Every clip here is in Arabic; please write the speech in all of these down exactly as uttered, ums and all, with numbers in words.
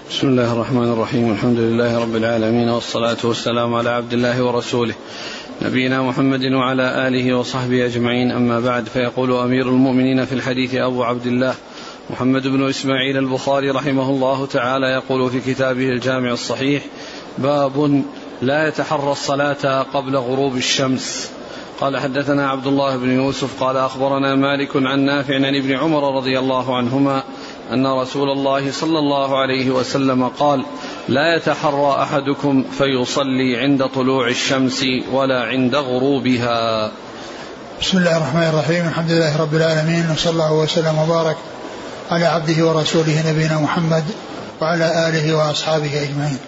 بسم الله الرحمن الرحيم. الحمد لله رب العالمين، والصلاة والسلام على عبد الله ورسوله نبينا محمد وعلى آله وصحبه أجمعين. أما بعد، فيقول أمير المؤمنين في الحديث أبو عبد الله محمد بن إسماعيل البخاري رحمه الله تعالى، يقول في كتابه الجامع الصحيح: باب لا يتحرى الصلاة قبل غروب الشمس. قال: حدثنا عبد الله بن يوسف قال أخبرنا مالك عن نافع عن ابن عمر رضي الله عنهما أن رسول الله صلى الله عليه وسلم قال: لا يتحرى أحدكم فيصلي عند طلوع الشمس ولا عند غروبها. بسم الله الرحمن الرحيم. الحمد لله رب العالمين، وصلى الله وسلم وبارك على عبده ورسوله نبينا محمد وعلى آله وأصحابه أجمعين.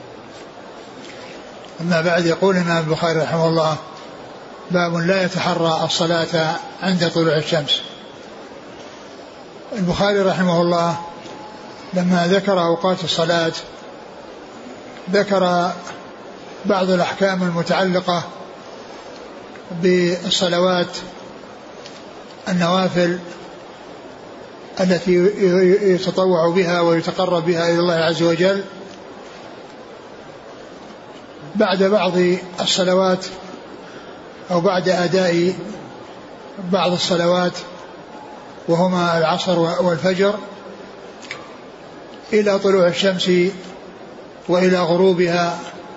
أما بعد، يقول الإمام البخاري رحمه الله: باب لا يتحرى الصلاة عند طلوع الشمس. البخاري رحمه الله لما ذكر أوقات الصلاة ذكر بعض الأحكام المتعلقة بالصلوات النوافل التي يتطوع بها ويتقرب بها إلى الله عز وجل بعد بعض الصلوات أو بعد أداء بعض الصلوات، وهما العصر والفجر، إلى طلوع الشمس وإلى غروبها.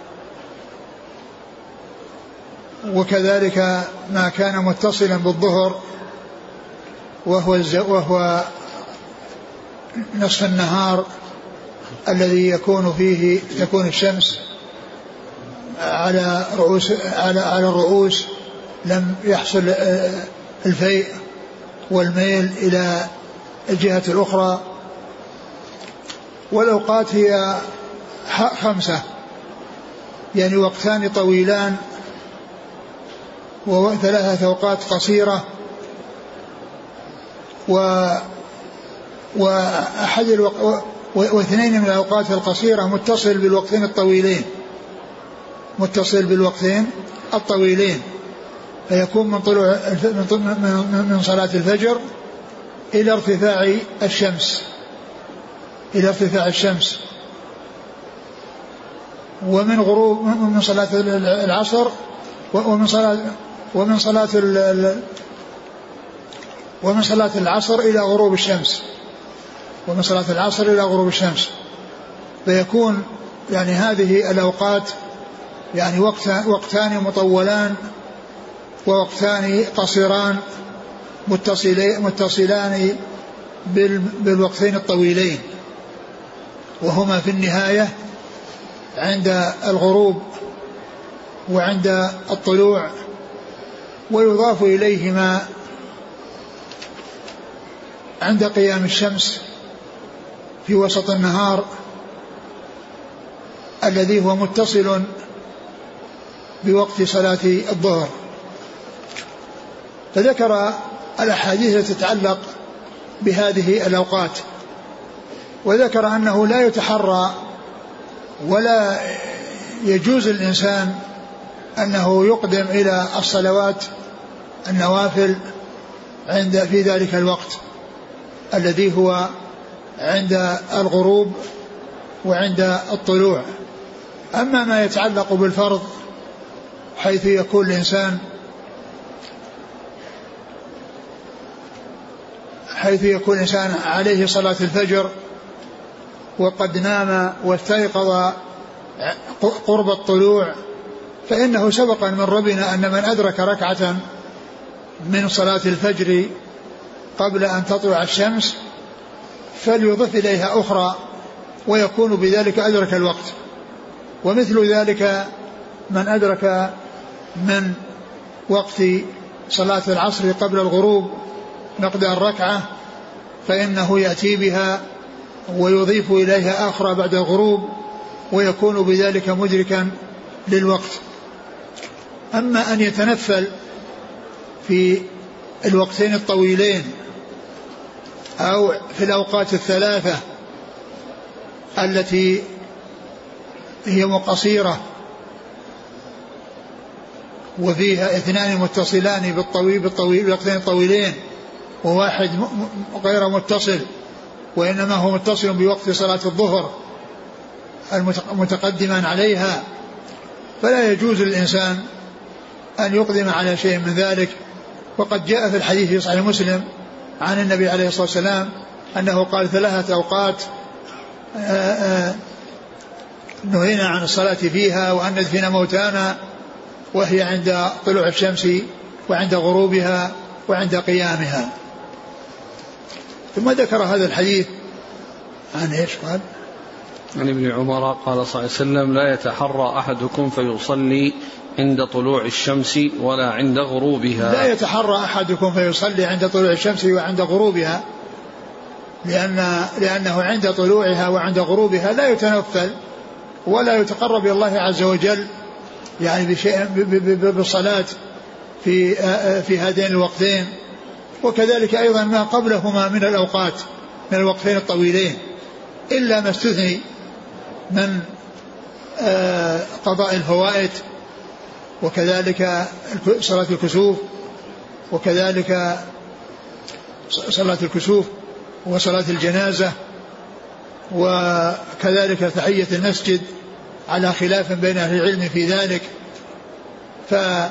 وكذلك ما كان متصلا بالظهر وهو, وهو نصف النهار الذي يكون فيه تكون الشمس على رؤوس على على الرؤوس، لم يحصل الفيء والميل إلى الجهة الأخرى. والأوقات هي خمسة، يعني وقتان طويلان وثلاثة أوقات قصيرة، و وأحد الوق... واثنين من الأوقات القصيرة متصل بالوقتين الطويلين متصل بالوقتين الطويلين فيكون من طلوع من صلاة الفجر إلى ارتفاع الشمس إلى ارتفاع الشمس ومن غروب من صلاة العصر ومن صلاة ومن صلاة ومن صلاة العصر إلى غروب الشمس ومن صلاة العصر إلى غروب الشمس فيكون يعني هذه الأوقات يعني وقتان مطولان ووقتان قصيران متصلان بالوقتين الطويلين، وهما في النهاية عند الغروب وعند الطلوع. ويضاف إليهما عند قيام الشمس في وسط النهار الذي هو متصل بوقت صلاة الظهر. فذكر الأحاديث التي تتعلق بهذه الأوقات، وذكر أنه لا يتحرى ولا يجوز الإنسان أنه يقدم إلى الصلوات النوافل عند في ذلك الوقت الذي هو عند الغروب وعند الطلوع. أما ما يتعلق بالفرض حيث يكون الإنسان حيث يكون الإنسان عليه صلاة الفجر وقد نام واستيقظ قرب الطلوع، فإنه سبق من ربنا أن من أدرك ركعة من صلاة الفجر قبل أن تطلع الشمس فليضف إليها أخرى ويكون بذلك أدرك الوقت. ومثل ذلك من أدرك من وقت صلاة العصر قبل الغروب مقدار ركعة فإنه يأتي بها ويضيف إليها أخرى بعد الغروب ويكون بذلك مدركا للوقت. أما أن يتنفل في الوقتين الطويلين أو في الأوقات الثلاثة التي هي قصيرة وفيها اثنان متصلان بالطويل بالطويل بالوقتين الطويلين وواحد غير متصل وإنما هو متصل بوقت صلاة الظهر متقدما عليها، فلا يجوز للإنسان أن يقدم على شيء من ذلك. وقد جاء في الحديث في صحيح مسلم عن النبي عليه الصلاة والسلام أنه قال ثلاثة أوقات نهينا عن الصلاة فيها وأن ندفن موتانا، وهي عند طلوع الشمس وعند غروبها وعند قيامها. ثم ذكر هذا الحديث عن ايش قال؟ عن ابن عمر قال صلى الله عليه وسلم: لا يتحرى أحدكم فيصلي عند طلوع الشمس ولا عند غروبها. لا يتحرى أحدكم فيصلي عند طلوع الشمس وعند غروبها، لأن لأنه عند طلوعها وعند غروبها لا يتنفل ولا يتقرب إلى الله عز وجل يعني بشيء بالصلاة في في هذين الوقتين، وكذلك أيضا ما قبلهما من الأوقات من الوقتين الطويلين، إلا ما استثني من قضاء الفوائد، وكذلك صلاة الكسوف، وكذلك صلاة الكسوف وصلاة الجنازة، وكذلك تحية المسجد على خلاف بين أهل العلم في ذلك. فهذه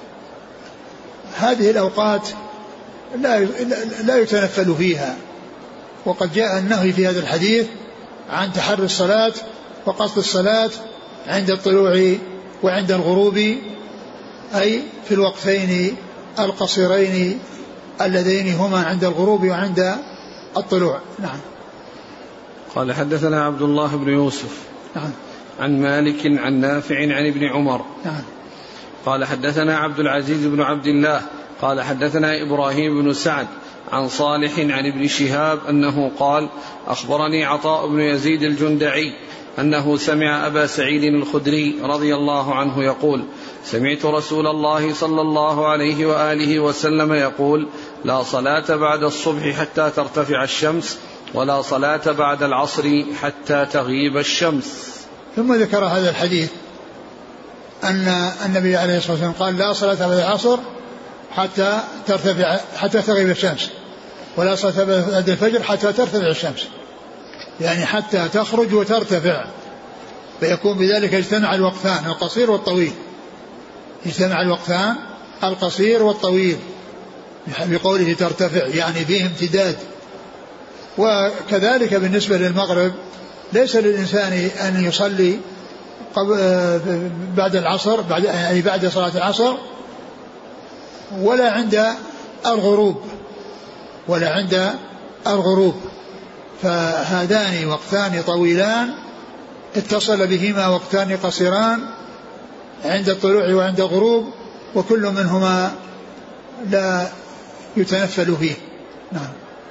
الأوقات لا لا يتنفل فيها. وقد جاء النهي في هذا الحديث عن تحري الصلاة وقصد الصلاة عند الطلوع وعند الغروب، أي في الوقتين القصيرين اللذين هما عند الغروب وعند الطلوع. نعم. قال: حدثنا عبد الله بن يوسف. نعم. عن مالك عن نافع عن ابن عمر. نعم. قال: حدثنا عبد العزيز بن عبد الله قال: حدثنا إبراهيم بن سعد عن صالح عن ابن شهاب أنه قال: أخبرني عطاء بن يزيد الجندعي أنه سمع أبا سعيد الخدري رضي الله عنه يقول: سمعت رسول الله صلى الله عليه وآله وسلم يقول: لا صلاة بعد الصبح حتى ترتفع الشمس، ولا صلاة بعد العصر حتى تغيب الشمس. ثم ذكر هذا الحديث أن النبي عليه الصلاة والسلام قال: لا صلاة بعد العصر حتى ترتفع حتى تغيب الشمس، ولا صلاة بعد الفجر حتى ترتفع الشمس، يعني حتى تخرج وترتفع، فيكون بذلك اجتمع الوقتان القصير والطويل، اجتمع الوقتان القصير والطويل بقوله ترتفع، يعني فيه امتداد. وكذلك بالنسبة للمغرب ليس للإنسان أن يصلي بعد العصر بعد يعني بعد صلاة العصر ولا عند الغروب ولا عند الغروب، فهذان وقتان طويلان اتصل بهما وقتان قصيران عند الطلوع وعند الغروب، وكل منهما لا يتنفل فيه. نعم.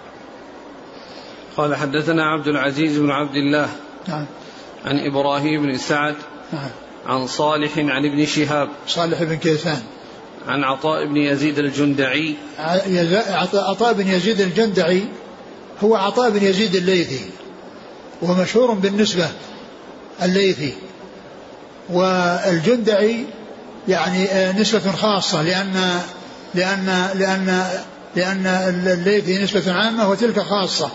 قال: حدثنا عبد العزيز بن عبد الله. نعم. عن إبراهيم بن سعد. نعم. عن صالح عن ابن شهاب. صالح بن كيسان. عن عطاء بن يزيد الجندعي. عطاء بن يزيد الجندعي هو عطاء بن يزيد الليثي، ومشهور بالنسبة الليثي، والجندعي يعني نسبة خاصة، لأن لأن لأن لأن الليثي نسبة عامة وتلك خاصة،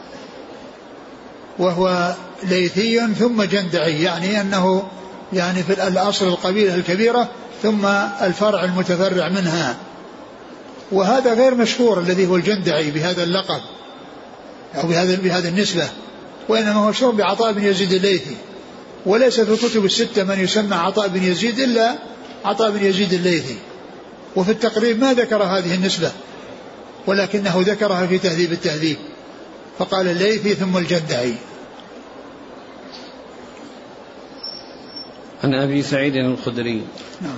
وهو ليثي ثم جندعي، يعني أنه يعني في الأصل القبيلة الكبيرة ثم الفرع المتفرع منها. وهذا غير مشهور الذي هو الجندعي بهذا اللقب أو بهذا بهذه النسبة، وإنما هو مشهور بعطاء بن يزيد الليثي، وليس في الكتب الستة من يسمى عطاء بن يزيد إلا عطاء بن يزيد الليثي. وفي التقريب ما ذكر هذه النسبة، ولكنه ذكرها في تهذيب التهذيب، فقال الليثي ثم الجندعي. عن أبي سعيد الخدري. نعم.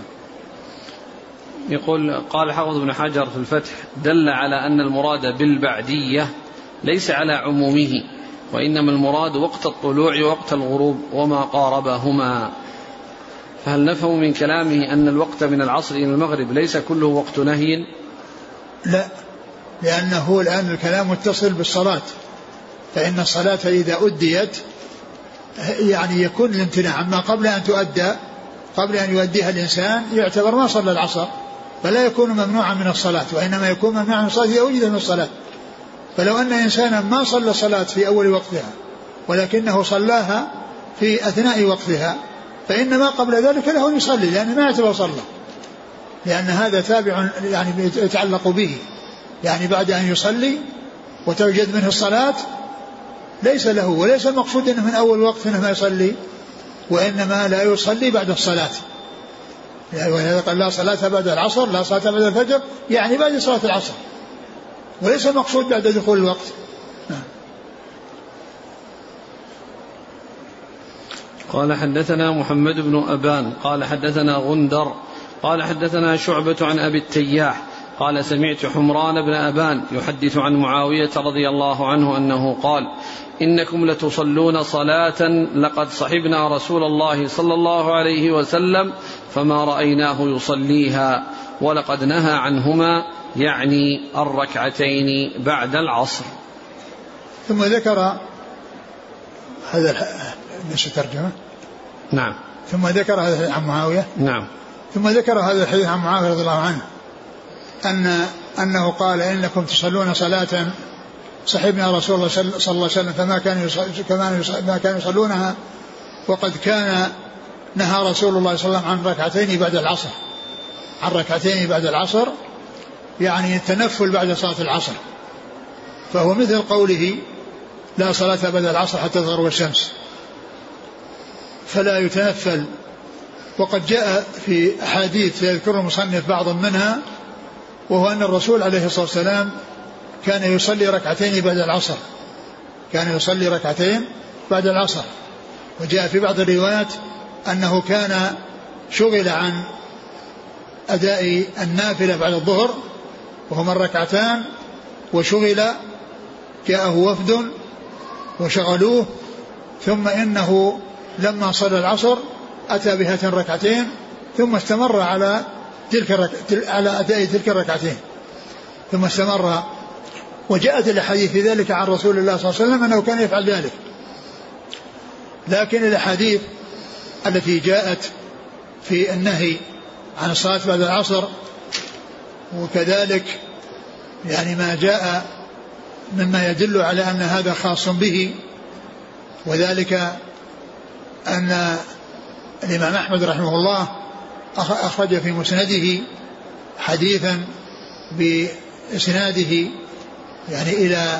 يقول: قال حافظ بن حجر في الفتح: دل على أن المراد بالبعدية ليس على عمومه، وإنما المراد وقت الطلوع ووقت الغروب وما قاربهما. فهل نفهم من كلامه أن الوقت من العصر إلى المغرب ليس كله وقت نهي؟ لا، لأنه الآن الكلام متصل بالصلاة، فإن الصلاة إذا أديت يعني يكون الامتناع عما قبل أن تؤدى، قبل أن يؤديها الإنسان يعتبر ما صلى العصر، فلا يكون ممنوعا من الصلاة، وإنما يكون ممنوعا من الصلاة إذا وجد من الصلاة. فلو أن إنسانا ما صلى الصلاة في أول وقتها ولكنه صلاها في أثناء وقتها فإن ما قبل ذلك له أن يصلي، لأن ما يعتبر صلى، لأن هذا تابع يعني يتعلق به، يعني بعد أن يصلي وتوجد منه الصلاة ليس له، وليس المقصود أنه من أول وقت أنه ما يصلي، وإنما لا يصلي بعد الصلاة، ولهذا قال لا صلاة بعد العصر، لا صلاة بعد الفجر، يعني بعد صلاة العصر، وليس المقصود بعد دخول الوقت. قال حدثنا محمد بن أبان قال حدثنا غندر قال حدثنا شعبة عن أبي التياح قال سمعت حمران بن أبان يحدث عن معاوية رضي الله عنه أنه قال إنكم لتصلون صلاة لقد صحبنا رسول الله صلى الله عليه وسلم فما رأيناه يصليها ولقد نهى عنهما، يعني الركعتين بعد العصر. ثم ذكر هذا مش ترجمة. نعم. ثم ذكر هذا الحديث عن معاوية. نعم. ثم ذكر هذا الحديث عن معاوية رضي الله عنه أن أنه قال إنكم تصلون صلاة صحبنا رسول الله صلى الله عليه وسلم فما كانوا ما كانوا يصلونها وقد كان نهى رسول الله صلى الله عليه وسلم عن ركعتين بعد العصر، عن ركعتين بعد العصر يعني التنفل بعد صلاة العصر، فهو مثل قوله لا صلاة بعد العصر حتى تغرب الشمس، فلا يتنفل. وقد جاء في أحاديث يذكر المصنف بعض منها، وهو أن الرسول عليه الصلاة والسلام كان يصلي ركعتين بعد العصر، كان يصلي ركعتين بعد العصر. وجاء في بعض الروايات أنه كان شغل عن أداء النافلة بعد الظهر وهما الركعتان، وشغل جاءه وفد وشغلوه، ثم إنه لما صلى العصر أتى بهاتين الركعتين ثم استمر على تلك الرك... على أداء تلك الركعتين ثم استمر. وجاءت الأحاديث في ذلك عن رسول الله صلى الله عليه وسلم أنه كان يفعل ذلك، لكن الأحاديث التي جاءت في النهي عن الصلاة بعد العصر وكذلك يعني ما جاء مما يدل على أن هذا خاص به، وذلك أن الإمام أحمد رحمه الله أخرج في مسنده حديثا بإسناده يعني إلى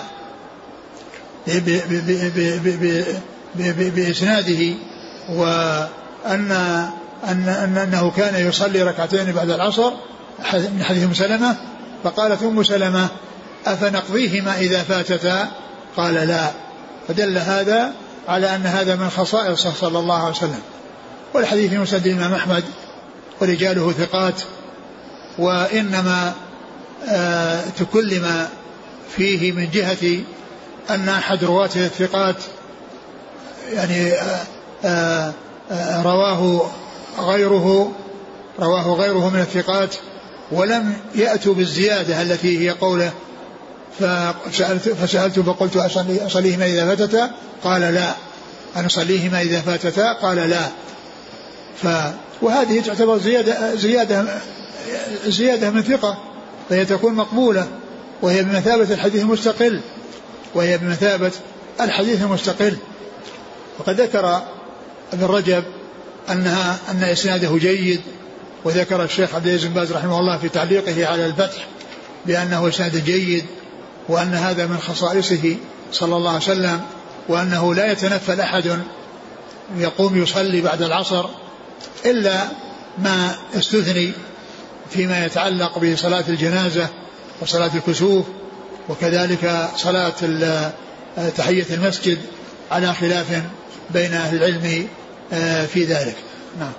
بإسناده وأن أن أنه كان يصلي ركعتين بعد العصر من حديث أم سلمة، فقالت أم سلمة أفنقضيهما إذا فاتتا؟ قال لا، فدل هذا على أن هذا من خصائصه صلى الله عليه وسلم. والحديث في مسند الإمام أحمد ورجاله ثقات، وإنما آه تكلم فيه من جهة أن أحد رواته الثقات يعني آه آه آه رواه غيره رواه غيره من الثقات، ولم يأتوا بالزيادة التي هي قوله فسألت, فسألت فقلت أصليهما إذا فاتتا؟ قال لا. أن أصليهما إذا فاتتا؟ قال لا. ف وهذه تعتبر زيادة, زيادة, زيادة من ثقة، فهي تكون مقبولة، وهي بمثابة الحديث المستقل وهي بمثابة الحديث المستقل. وقد ذكر ابن رجب أنها أن إسناده جيد، وذكر الشيخ عبد العزيز بن باز رحمه الله في تعليقه على الفتح بأنه إسناد جيد، وأن هذا من خصائصه صلى الله عليه وسلم، وأنه لا يتنفل أحد يقوم يصلي بعد العصر إلا ما استثني فيما يتعلق بصلاة الجنازة وصلاة الكسوف، وكذلك صلاة تحية المسجد، على خلاف بين أهل العلم في ذلك. نعم.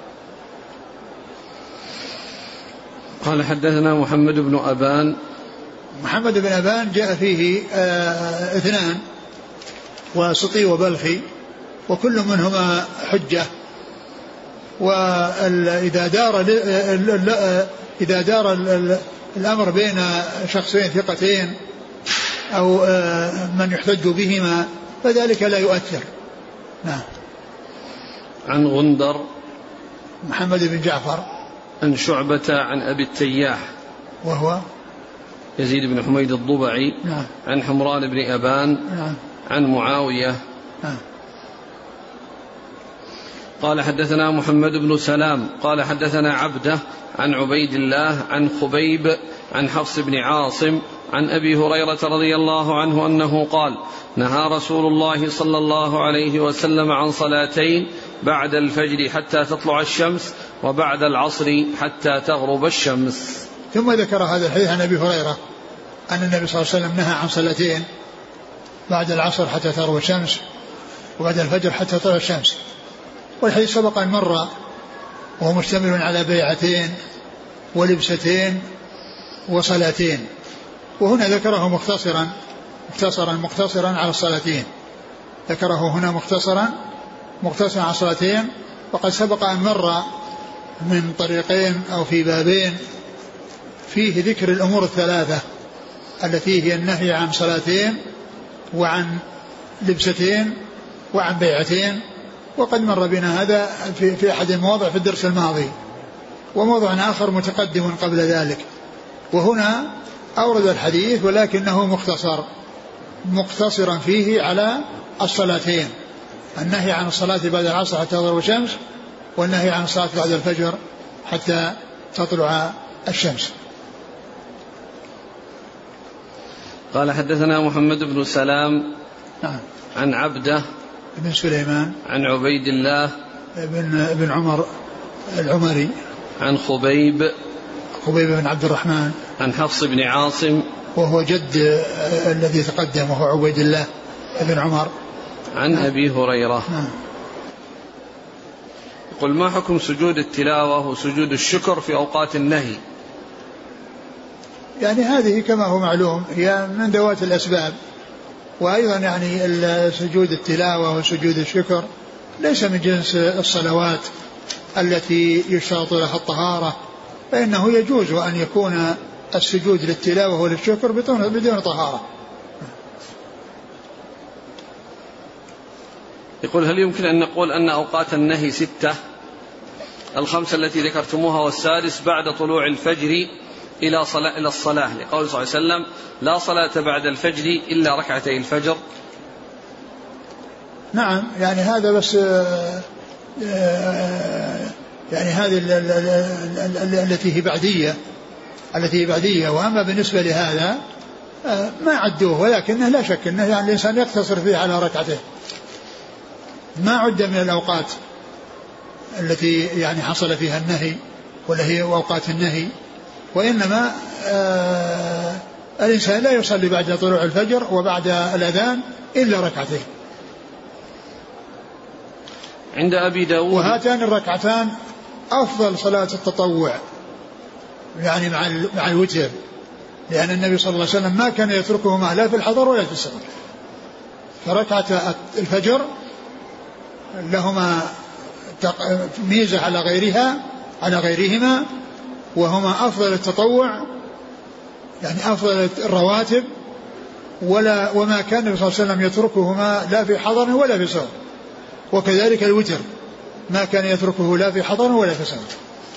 قال حدثنا محمد بن أبان. محمد بن أبان جاء فيه آه اثنان، وسطي وبلخي، وكل منهما حجة. وإذا دار إذا دار الأمر بين شخصين ثقتين أو آه من يحتج بهما فذلك لا يؤثر. نعم. عن غندر محمد بن جعفر عن شعبة عن أبي التياح وهو يزيد بن حميد الضبعي. نعم. عن حمران بن أبان. نعم. عن معاوية. نعم. قال حدثنا محمد بن سلام قال حدثنا عبده عن عبيد الله عن خبيب عن حفص بن عاصم عن أبي هريرة رضي الله عنه أنه قال نهى رسول الله صلى الله عليه وسلم عن صلاتين بعد الفجر حتى تطلع الشمس وبعد العصر حتى تغرب الشمس. ثم ذكر هذا الحديث عن أبي هريرة أن النبي صلى الله عليه وسلم نهى عن صلاتين بعد العصر حتى تغرب الشمس وبعد الفجر حتى تطلع الشمس. والحديث سبق أن مر وهو مشتمل على بيعتين ولبستين وصلاتين، وهنا ذكره مختصرا مختصرا مختصرا على الصلاتين، ذكره هنا مختصرا مختصرا على الصلاتين، وقد سبق أن مر من طريقين أو في بابين فيه ذكر الأمور الثلاثة التي هي النهي عن صلاتين وعن لبستين وعن بيعتين، وقد مر بنا هذا في, في أحد المواضع في الدرس الماضي، وموضع آخر متقدم قبل ذلك. وهنا أورد الحديث ولكنه مختصر مقتصرا فيه على الصلاتين، النهي عن الصلاة بعد العصر حتى تغرب الشمس، والنهي عن الصلاة بعد الفجر حتى تطلع الشمس. قال حدثنا محمد بن سلام نعم. عن عبده بن سليمان عن عبيد الله بن, بن عمر العمري عن خبيب خبيب بن عبد الرحمن عن حفص بن عاصم وهو جد الذي تقدم وهو عبيد الله بن عمر عن نعم. أبي هريرة نعم. يقول ما حكم سجود التلاوة وسجود الشكر في أوقات النهي؟ يعني هذه كما هو معلوم هي من ذوات الأسباب، وأيضا يعني سجود التلاوة وسجود الشكر ليس من جنس الصلوات التي يشترط لها الطهارة، فإنه يجوز أن يكون السجود للتلاوة وللشكر بدون طهارة. يقول هل يمكن أن نقول أن أوقات النهي ستة، الخمسة التي ذكرتموها والسادس بعد طلوع الفجر إلى صلاة إلى الصلاة، لقول صلى الله عليه وسلم لا صلاة بعد الفجر إلا ركعتي الفجر؟ نعم، يعني هذا بس يعني هذه التي هي بعدية التي هي بعدية وأما بالنسبة لهذا ما عدوه، ولكنه لا شك أنه يعني الإنسان يقتصر فيه على ركعته، ما عد من الأوقات التي يعني حصل فيها النهي ولا هي أوقات النهي، وإنما آه الإنسان لا يصلي بعد طلوع الفجر وبعد الأذان إلا ركعتين. عند أبي داود وهاتان الركعتان أفضل صلاة التطوع يعني مع مع الوتر، لأن النبي صلى الله عليه وسلم ما كان يتركهما لا في الحضر ولا في السفر، فركعة الفجر لهما ميزة على غيرها على غيرهما، وهما أفضل التطوع يعني أفضل الرواتب، ولا وما كان النبي صلى الله عليه وسلم يتركهما لا في حضر ولا في سفر، وكذلك الوتر ما كان يتركه لا في حضر ولا في سفر.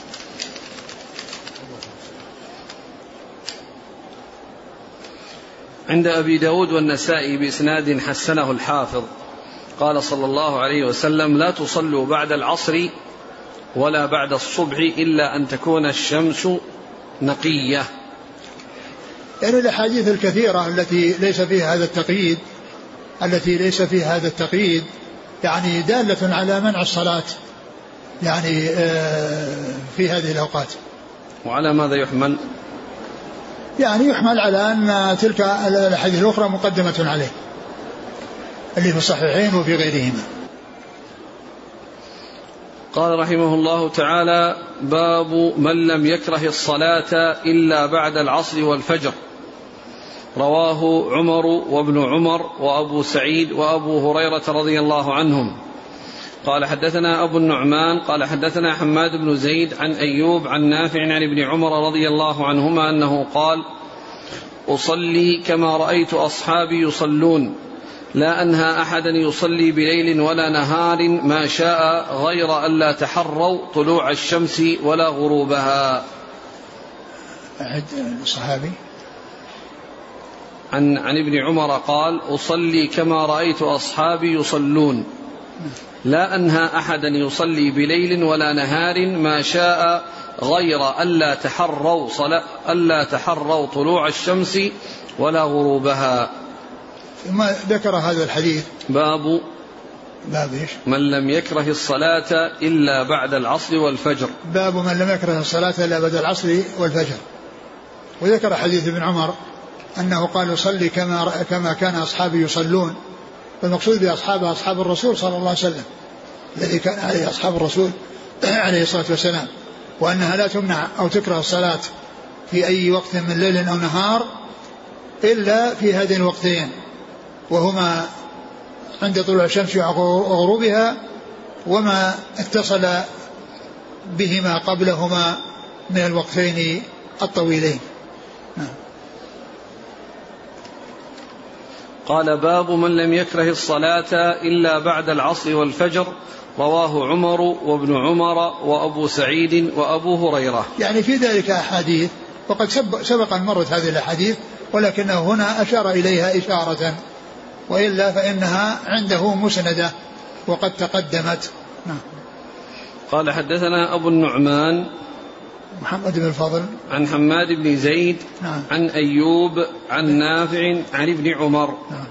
عند أبي داود والنسائي بإسناد حسنه الحافظ قال صلى الله عليه وسلم لا تصلوا بعد العصر ولا بعد الصبح إلا أن تكون الشمس نقية. يعني الأحاديث الكثيرة التي ليس فيها هذا التقييد التي ليس فيها هذا التقييد يعني دالة على منع الصلاة يعني في هذه الأوقات. وعلى ماذا يحمل؟ يعني يحمل على أن تلك الأحاديث الأخرى مقدمة عليه اللي في الصحيحين وفي غيرهما. قال رحمه الله تعالى باب من لم يكره الصلاة إلا بعد العصر والفجر، رواه عمر وابن عمر وأبو سعيد وأبو هريرة رضي الله عنهم. قال حدثنا أبو النعمان قال حدثنا حماد بن زيد عن أيوب عن نافع عن ابن عمر رضي الله عنهما أنه قال أصلي كما رأيت أصحابي يصلون لا أنهى أحدا يصلي بليل ولا نهار ما شاء غير أن لا تحروا طلوع الشمس ولا غروبها. الصحابي عن, عن ابن عمر قال أصلي كما رأيت أصحابي يصلون لا أنهى أحدا يصلي بليل ولا نهار ما شاء غير ألا تحروا صلاة ألا تحروا طلوع الشمس ولا غروبها. ثم ذكر هذا الحديث باب باب إيش؟ من لم يكره الصلاة إلا بعد العصر والفجر. باب من لم يكره الصلاة إلا بعد العصر والفجر. وذكر حديث ابن عمر أنه قال صلي كما كما كان أصحابي يصلون، والمقصود بأصحابه أصحاب الرسول صلى الله عليه وسلم الذي كان عليه أصحاب الرسول عليه الصلاة والسلام، وأنها لا تمنع أو تكره الصلاة في أي وقت من ليل أو نهار إلا في هذين الوقتين، وهما عند طلوع الشمس وغروبها وما اتصل بهما قبلهما من الوقتين الطويلين. قال باب من لم يكره الصلاة إلا بعد العصر والفجر، رواه عمر وابن عمر وأبو سعيد وأبو هريرة. يعني في ذلك أحاديث وقد سبق أن مرت هذه الأحاديث، ولكنه هنا أشار إليها إشارة، وإلا فإنها عنده مسندة وقد تقدمت. قال حدثنا أبو النعمان محمد بن الفضل عن حماد بن زيد نعم. عن أيوب عن نافع عن ابن عمر نعم.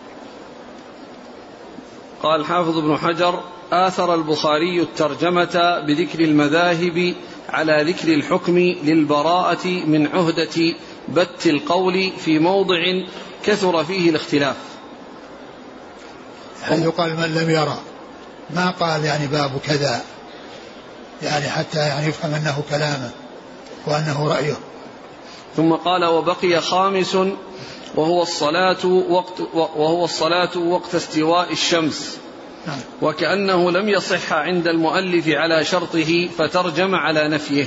قال حافظ ابن حجر آثر البخاري الترجمة بذكر المذاهب على ذكر الحكم للبراءة من عهدة بت القول في موضع كثر فيه الاختلاف. حيث قال من لم يرى، ما قال يعني باب كذا، يعني حتى يعني يفهم أنه كلامه وأنه رأيه. ثم قال وبقي خامس وهو الصلاة وقت, وهو الصلاة وقت استواء الشمس، وكأنه لم يصح عند المؤلف على شرطه فترجم على نفيه.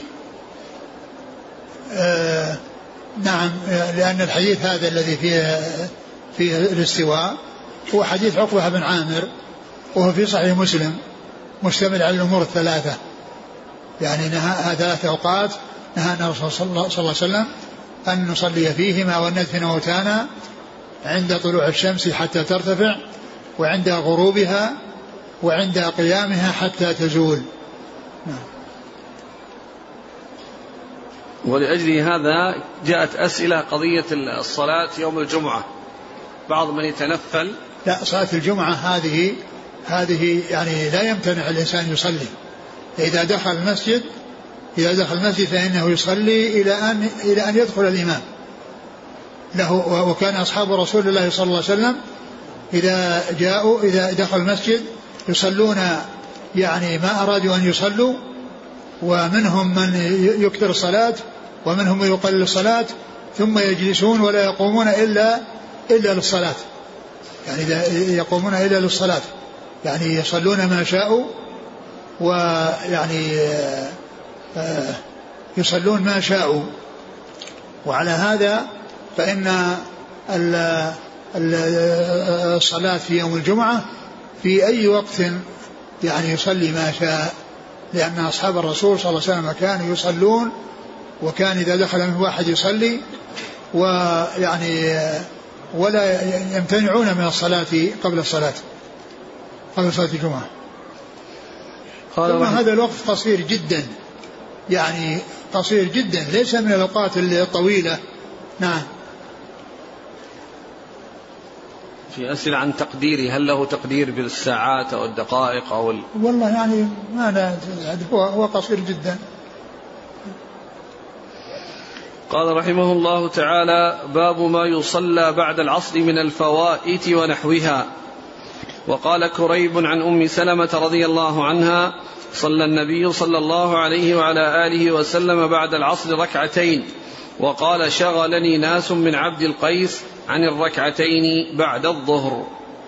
آه نعم، لأن الحديث هذا الذي فيه, فيه الاستواء هو حديث عقبة بن عامر، وهو في صحيح مسلم مشتمل على الأمور الثلاثة، يعني نهى ثلاث أوقات نهانا الرسول صلى الله عليه وسلم أن نصلي فيهما وأن ندفن موتانا عند طلوع الشمس حتى ترتفع، وعند غروبها، وعند قيامها حتى تزول. ولأجل هذا جاءت أسئلة قضية الصلاة يوم الجمعة، بعض من يتنفل. لا، صلاة الجمعة هذه هذه يعني لا يمتنع الإنسان يصلي إذا دخل المسجد إذا دخل المسجد فإنه يصلي إلى أن إلى أن يدخل الإمام له. وكان أصحاب رسول الله صلى الله عليه وسلم إذا جاءوا إذا دخلوا المسجد يصلون يعني ما أرادوا أن يصلوا، ومنهم من يكثر الصلاة ومنهم من يقلل الصلاة، ثم يجلسون ولا يقومون إلا إلا للصلاة، يعني يقومون إلا للصلاة، يعني يصلون ما شاءوا، ويعني يصلون ما شاءوا. وعلى هذا فإن الصلاة في يوم الجمعة في أي وقت يعني يصلي ما شاء، لأن أصحاب الرسول صلى الله عليه وسلم كانوا يصلون، وكان إذا دخل من واحد يصلي ويعني ولا يمتنعون من الصلاة قبل الصلاة قبل صلاة الجمعة. ثم هذا الوقت قصير جدا، يعني قصير جدا، ليس من الأوقات الطويلة. نعم. في أسئلة عن تقديري، هل له تقدير بالساعات أو الدقائق أو ال... والله يعني ما لا هو هو قصير جدا. قال رحمه الله تعالى باب ما يصلى بعد العصر من الفوائت ونحوها. وقال كريب عن أم سلمة رضي الله عنها صلى النبي صلى الله عليه وعلى آله وسلم بعد العصر ركعتين، وقال شغلني ناس من عبد القيس عن الركعتين بعد الظهر.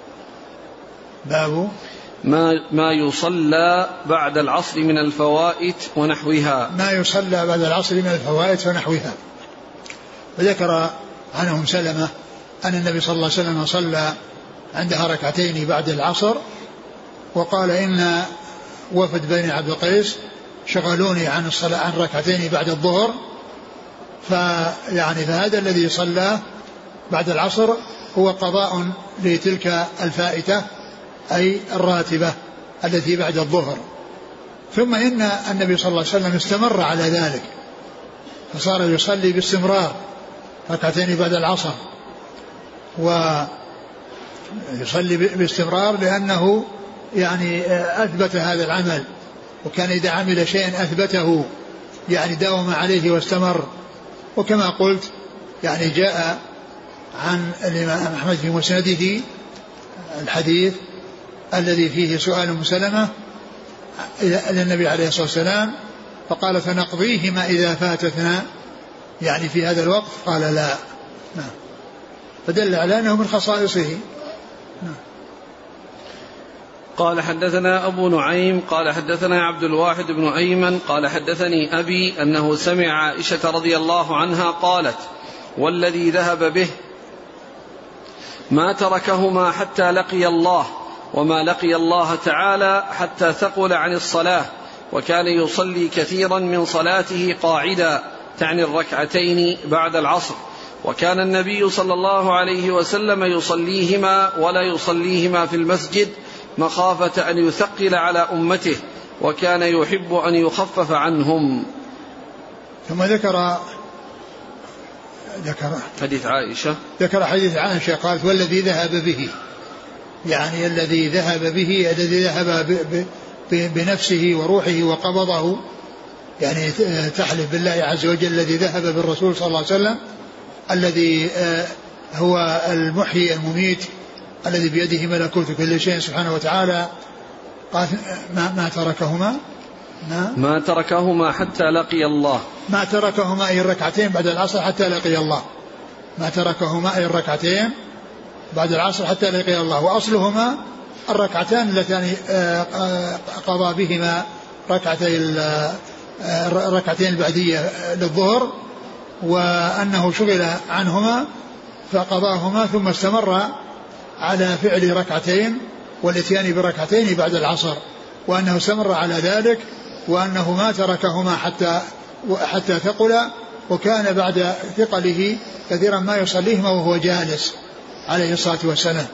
باب ما, ما يصلى بعد العصر من الفوائت ونحوها. ما يصلى بعد العصر من الفوائت ونحوها. وذكر عن أم سلمة أن النبي صلى الله عليه وسلم صلى عندها ركعتين بعد العصر، وقال إن وفد بني عبد القيس شغلوني عن الصلاة عن ركعتين بعد الظهر، فيعني فهذا الذي صلى بعد العصر هو قضاء لتلك الفائتة أي الراتبة. التي بعد الظهر. ثم إن النبي صلى الله عليه وسلم استمر على ذلك، فصار يصلي باستمرار ركعتين بعد العصر، ويصلي باستمرار لأنه يعني أثبت هذا العمل، وكان إذا عمل شيئا أثبته يعني داوم عليه واستمر. وكما قلت يعني جاء عن الإمام أحمد في مسنده الحديث الذي فيه سؤال أم سلمة إلى النبي عليه الصلاة والسلام فقال فنقضيهما إذا فاتتنا يعني في هذا الوقت، قال لا. نعم. فدل على أنه من خصائصه. نعم. قال حدثنا أبو نعيم قال حدثنا عبد الواحد بن أيمن قال حدثني أبي أنه سمع عائشة رضي الله عنها قالت والذي ذهب به ما تركهما حتى لقي الله، وما لقي الله تعالى حتى ثقل عن الصلاة، وكان يصلي كثيرا من صلاته قاعدا تعني الركعتين بعد العصر، وكان النبي صلى الله عليه وسلم يصليهما ولا يصليهما في المسجد مخافة أن يثقل على أمته، وكان يحب أن يخفف عنهم. ثم ذكر ذكر حديث عائشة ذكر حديث عائشة قالت والذي ذهب به، يعني الذي ذهب به الذي ذهب بنفسه وروحه وقبضه، يعني تحلف بالله عز وجل الذي ذهب بالرسول صلى الله عليه وسلم الذي هو المحيي المميت الذي بيده ملكوت كل شيء سبحانه وتعالى. قال ما, ما تركهما ما, ما تركهما حتى لقي الله، ما تركهما أي الركعتين بعد العصر حتى لقي الله، ما تركهما أي الركعتين بعد العصر حتى لقي الله، وأصلهما الركعتان اللتان قضى بهما ركعتي الركعتين البعدية للظهر، وأنه شغل عنهما فقضاهما ثم استمر على فعل ركعتين والاتيان بركعتين بعد العصر، وأنه استمر على ذلك، وأنه ما تركهما حتى حتى ثقل، وكان بعد ثقله كثيرا ما يصليهما وهو جالس عليه الصلاة والسلام.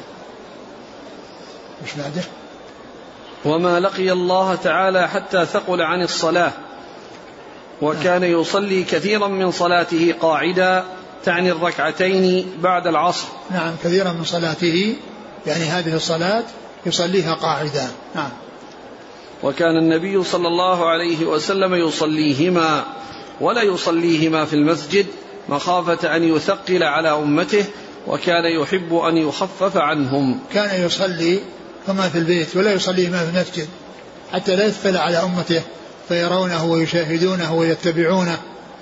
مش بعده وما لقي الله تعالى حتى ثقل عن الصلاة، وكان يصلي كثيرا من صلاته قاعدا تعني الركعتين بعد العصر. نعم، كثيرا من صلاته يعني هذه الصلاة يصليها قاعدا. نعم. وكان النبي صلى الله عليه وسلم يصليهما ولا يصليهما في المسجد مخافة أن يثقل على أمته، وكان يحب أن يخفف عنهم. كان يصلي كما في البيت ولا يصليهما في المسجد حتى لا يثقل على أمته فيرونه ويشاهدونه ويتبعونه،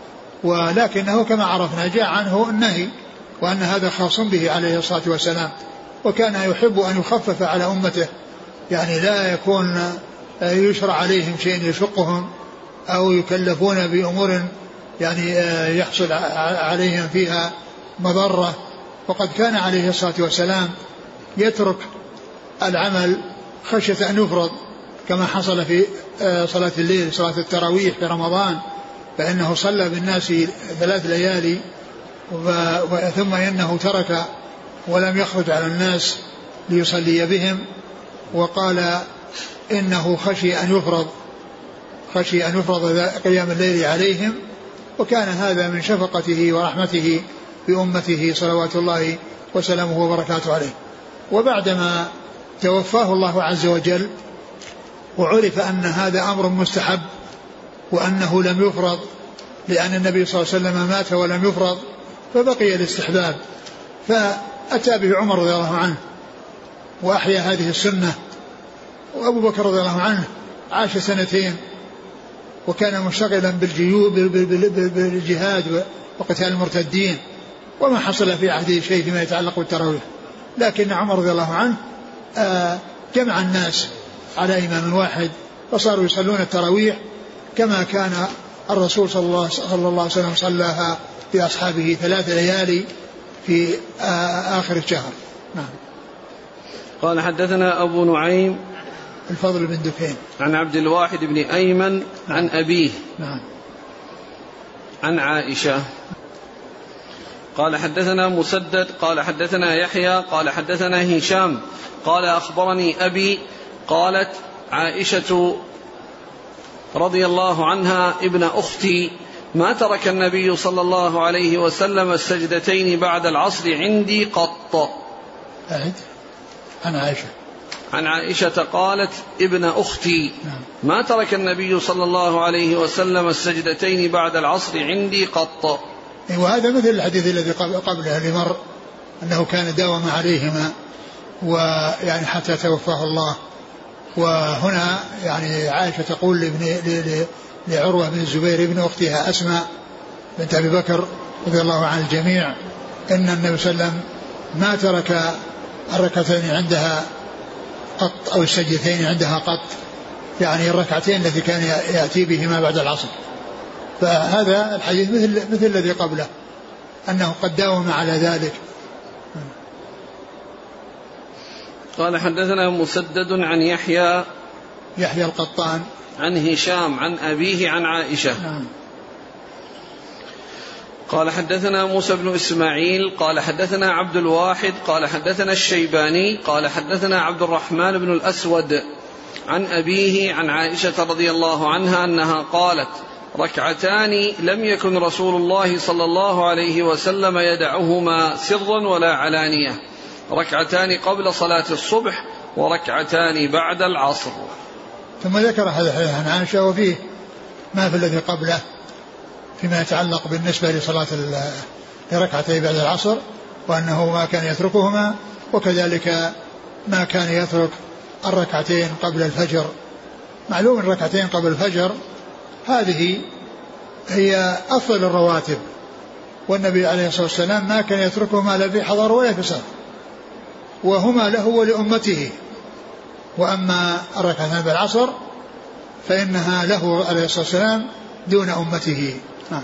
ولكنه كما عرفنا جاء عنه النهي وأن هذا خاص به عليه الصلاة والسلام، وكان يحب أن يخفف على أمته، يعني لا يكون يشرع عليهم شيء يشقهم أو يكلفون بأمور يعني يحصل عليهم فيها مضرة. وقد كان عليه الصلاة والسلام يترك العمل خشية أن يفرض، كما حصل في صلاة الليل صلاة التراويح في رمضان، فإنه صلى بالناس ثلاث ليالي ثم إنه ترك ولم يخرج على الناس ليصلي بهم، وقال إنه خشي أن يفرض خشي أن يفرض قيام الليل عليهم، وكان هذا من شفقته ورحمته بأمته صلوات الله وسلامه وبركاته عليه. وبعدما توفاه الله عز وجل وعرف أن هذا أمر مستحب وأنه لم يفرض لأن النبي صلى الله عليه وسلم مات ولم يفرض، فبقي الاستحباب، فأتى به عمر رضي الله عنه وأحيا هذه السنة. وأبو بكر رضي الله عنه عاش سنتين وكان مشتغلا بالجهاد وقتال المرتدين، وما حصل في عهده شيء فيما يتعلق بالتراويح، لكن عمر رضي الله عنه جمع الناس على إمام واحد فصاروا يصلون التراويح كما كان الرسول صلى الله عليه وسلم صلاها بأصحابه ثلاث ليالي في آخر الشهر. نعم. قال حدثنا أبو نعيم الفضل بن دكين عن عبد الواحد بن أيمن عن أبيه نعم. عن عائشة قال حدثنا مسدد قال حدثنا يحيى قال حدثنا هشام قال أخبرني أبي قالت عائشة رضي الله عنها ابن أختي ما ترك النبي صلى الله عليه وسلم السجدتين بعد العصر عندي قط. أعد. عن عائشة عن عائشة قالت ابن أختي ما ترك النبي صلى الله عليه وسلم السجدتين بعد العصر عندي قط. وهذا مثل الحديث الذي قبله اللي مر أنه كان داوم عليهما ويعني حتى توفاه الله. وهنا يعني عائشة تقول لابن لعروة بن الزبير ابن أختها أسماء بنت أبي بكر رضي الله عن الجميع إن النبي صلى الله عليه وسلم ما ترك الركعتين عندها قط أو السجدتين عندها قط، يعني الركعتين التي كان يأتي بهما بعد العصر. فهذا الحديث مثل مثل الذي قبله أنه قد داوم على ذلك. قال حدثنا مسدد عن يحيى يحيى القطان عن هشام عن أبيه عن عائشة. نعم. قال حدثنا موسى بن إسماعيل قال حدثنا عبد الواحد قال حدثنا الشيباني قال حدثنا عبد الرحمن بن الأسود عن أبيه عن عائشة رضي الله عنها أنها قالت ركعتان لم يكن رسول الله صلى الله عليه وسلم يدعهما سرا ولا علانية، ركعتان قبل صلاة الصبح وركعتان بعد العصر. ثم ذكر هذا الحديث عن عائشة وفيه ما في الذي قبله فيما يتعلق بالنسبة لصلاة لركعتين بعد العصر، وأنه ما كان يتركهما، وكذلك ما كان يترك الركعتين قبل الفجر. معلوم الركعتين قبل الفجر هذه هي أفضل الرواتب، والنبي عليه الصلاة والسلام ما كان يتركهما لا في حضر ولا في سفر، وهما له ولأمته. وأما الركعتين بالعصر فإنها له عليه الصلاة والسلام دون أمته. نعم.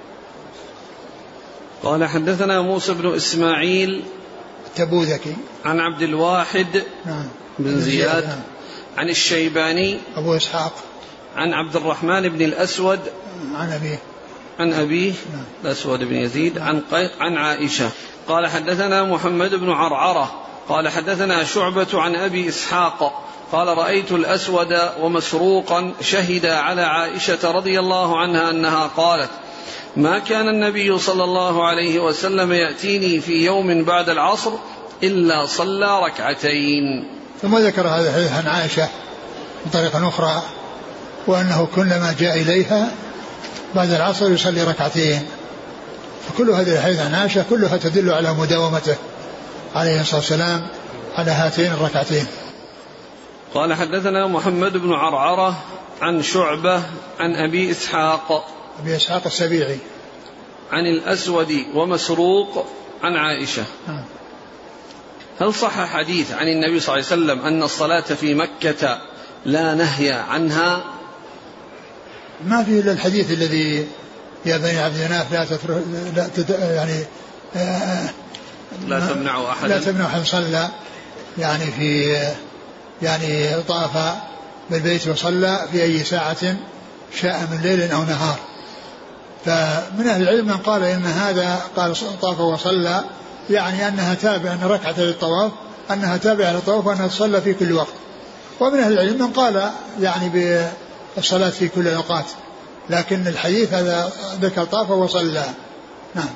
قال حدثنا موسى بن إسماعيل التبوذكي عن عبد الواحد نعم. بن زياد نعم. عن الشيباني أبو إسحاق عن عبد الرحمن بن الأسود عن أبيه عن أبيه نعم. الأسود بن يزيد عن, عن عائشة قال حدثنا محمد بن عرعرة قال حدثنا شعبة عن أبي إسحاق قال رأيت الأسود ومسروقا شهدا على عائشة رضي الله عنها أنها قالت ما كان النبي صلى الله عليه وسلم يأتيني في يوم بعد العصر إلا صلى ركعتين. ثم ذكر هذا الحديث عن عائشة بطريقة أخرى، وأنه كلما جاء إليها بعد العصر يصلي ركعتين. فكل هذه الحديث عن عائشة كلها تدل على مداومته عليه الصلاة والسلام على هاتين الركعتين. قال حدثنا محمد بن عرعرة عن شعبة عن أبي إسحاق أبي إسحاق السبيعي عن الأسود ومسروق عن عائشة. هل صح حديث عن النبي صلى الله عليه وسلم أن الصلاة في مكة لا نهي عنها؟ ما في إلا الحديث الذي يا بني عبد مناف لا تترك لا تت... يعني آه لا تمنعوا أحدا لا تمنعوا أحد صلى يعني في يعني طاف بالبيت وصلى في أي ساعة شاء من ليل أو نهار. فمن أهل العلم من قال إن هذا قال طاف وصلى يعني أنها تابعة أن ركعة للطواف أنها تابعة للطواف وأنها تصلى في كل وقت. ومن أهل العلم من قال يعني بالصلاة في كل الأوقات، لكن الحديث هذا ذكر طاف وصلى. نعم.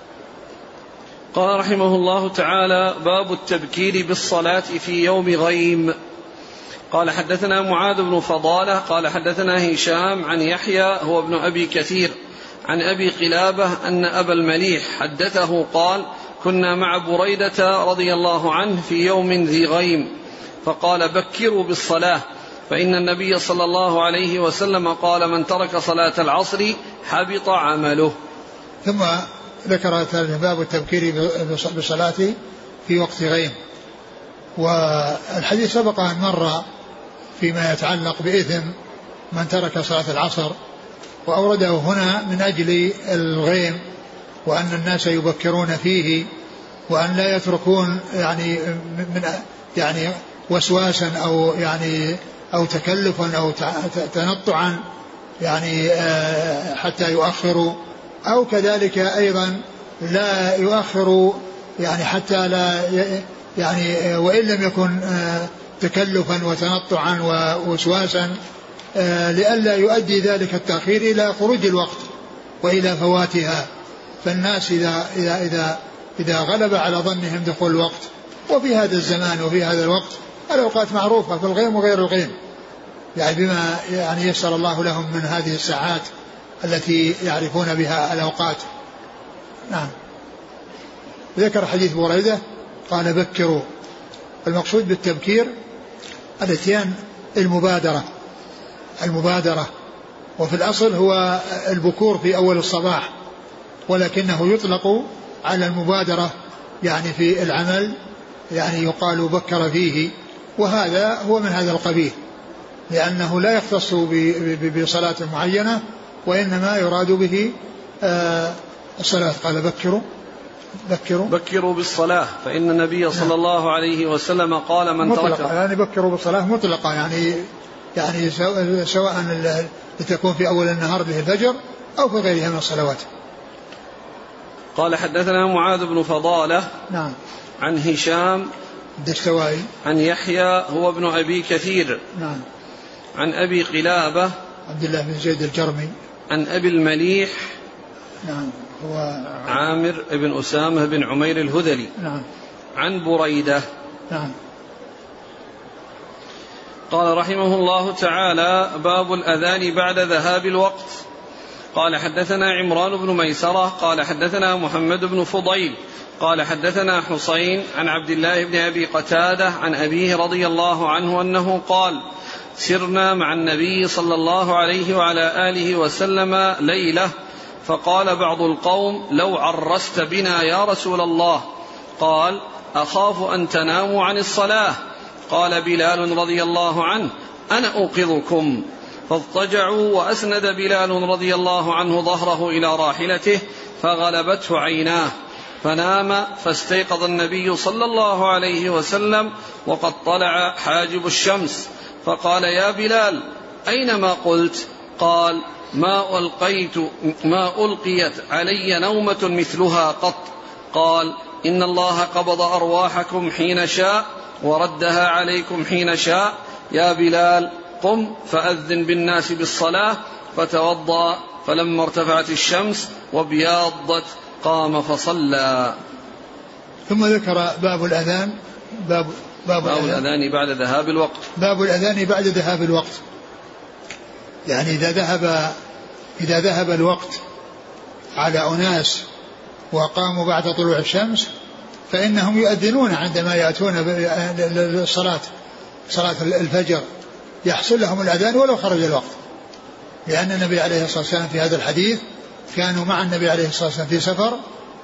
قال رحمه الله تعالى باب التبكير بالصلاة في يوم غيم. قال حدثنا معاذ بن فضالة قال حدثنا هشام عن يحيى هو ابن أبي كثير عن أبي قلابة أن أبا المليح حدثه قال كنا مع بريدة رضي الله عنه في يوم ذي غيم فقال بكروا بالصلاة فإن النبي صلى الله عليه وسلم قال من ترك صلاة العصر حبط عمله. ثم ذكر باب التبكير بالصلاة في وقت غيم. والحديث سبق أن مر فيما يتعلق بإثم من ترك صلاة العصر، وأورده هنا من أجل الغيم وأن الناس يبكرون فيه وأن لا يتركون يعني من يعني وسواسا أو يعني أو تكلفا أو تنطعا يعني حتى يؤخروا، أو كذلك أيضا لا يؤخروا يعني حتى لا يعني وإن لم يكن تكلفا وتنطعا ووسواسا لئلا يؤدي ذلك التأخير إلى خروج الوقت وإلى فواتها. فالناس إذا, إذا, إذا, إذا غلب على ظنهم دخول الوقت، وفي هذا الزمان وفي هذا الوقت الأوقات معروفة في الغيم وغير الغيم، يعني بما يعني يسر الله لهم من هذه الساعات التي يعرفون بها الأوقات. نعم. ذكر حديث بريدة قال بكروا. المقصود بالتبكير الاتيان المبادرة المبادرة وفي الأصل هو البكور في أول الصباح، ولكنه يطلق على المبادرة يعني في العمل، يعني يقال بكر فيه، وهذا هو من هذا القبيل، لأنه لا يختص بصلاة معينة وإنما يراد به الصلاة. قال بكروا بكروا بكروا بالصلاة فإن النبي صلى الله عليه وسلم قال من ترك يعني بكروا بالصلاة مطلقة، يعني يعني سواء لتكون في أول النهار به الفجر أو في غيرها من الصلوات. قال حدثنا معاذ بن فضالة نعم عن هشام الدستوائي عن يحيى هو ابن أبي كثير نعم عن أبي قلابة عبد الله بن زيد الجرمي عن أبي المليح نعم هو عامر بن أسامة بن عمير الهذلي نعم عن بريدة. نعم. قال رحمه الله تعالى باب الأذان بعد ذهاب الوقت. قال حدثنا عمران بن ميسرة قال حدثنا محمد بن فضيل قال حدثنا حسين عن عبد الله بن أبي قتادة عن أبيه رضي الله عنه أنه قال سرنا مع النبي صلى الله عليه وعلى آله وسلم ليلة فقال بعض القوم لو عرست بنا يا رسول الله، قال أخاف أن تناموا عن الصلاة. قال بلال رضي الله عنه أنا أوقظكم، فاضطجعوا وأسند بلال رضي الله عنه ظهره إلى راحلته فغلبته عيناه فنام، فاستيقظ النبي صلى الله عليه وسلم وقد طلع حاجب الشمس فقال يا بلال أين ما قلت؟ قال ما ألقيت ما ألقيت علي نومة مثلها قط. قال إن الله قبض أرواحكم حين شاء وردها عليكم حين شاء. يا بلال قم فأذن بالناس بالصلاة، فتوضأ فلما ارتفعت الشمس وبياضت قام فصلى. ثم ذكر باب الأذان باب, باب, باب الأذان بعد ذهاب الوقت. باب الأذان بعد ذهاب الوقت، يعني إذا ذهب إذا ذهب الوقت على أناس وقاموا بعد طلوع الشمس فإنهم يؤذنون عندما يأتون للصلاة صلاة الفجر، يحصل لهم الأذان ولو خرج الوقت، لأن النبي عليه الصلاة والسلام في هذا الحديث كانوا مع النبي عليه الصلاة والسلام في سفر،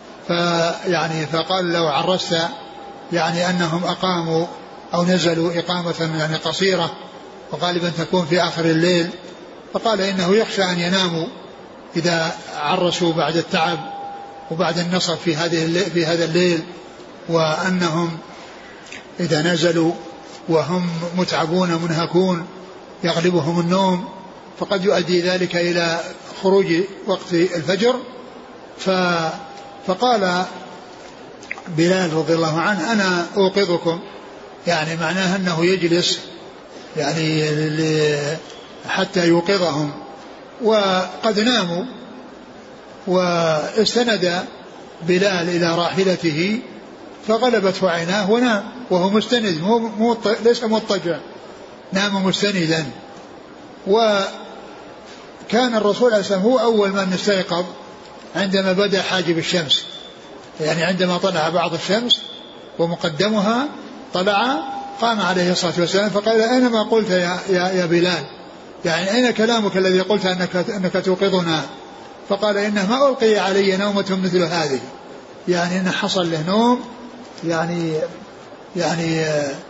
فيعني فقال لو عرست يعني أنهم أقاموا أو نزلوا إقامة يعني قصيرة وغالبا تكون في آخر الليل، فقال إنه يخشى أن يناموا إذا عرسوا بعد التعب وبعد النصب في هذه في هذا الليل، وأنهم إذا نزلوا وهم متعبون منهكون يغلبهم النوم فقد يؤدي ذلك إلى خروج وقت الفجر. فقال بلال رضي الله عنه أنا أوقظكم، يعني معناه أنه يجلس يعني حتى يوقظهم، وقد ناموا، واستند بلال إلى راحلته فغلبته عيناه ونام وهو مستند مو مو ليس مضطجع، نام مستندا. وكان الرسول عليه السلام هو أول من استيقظ عندما بدأ حاجب الشمس، يعني عندما طلع بعض الشمس ومقدمها طلع قام عليه الصلاة والسلام فقال أين ما قلت يا, يا, يا بلال، يعني أين كلامك الذي قلت أنك, أنك توقظنا؟ فقال إنه ما ألقي علي نومة مثل هذه، يعني إن حصل له نوم يعني يعني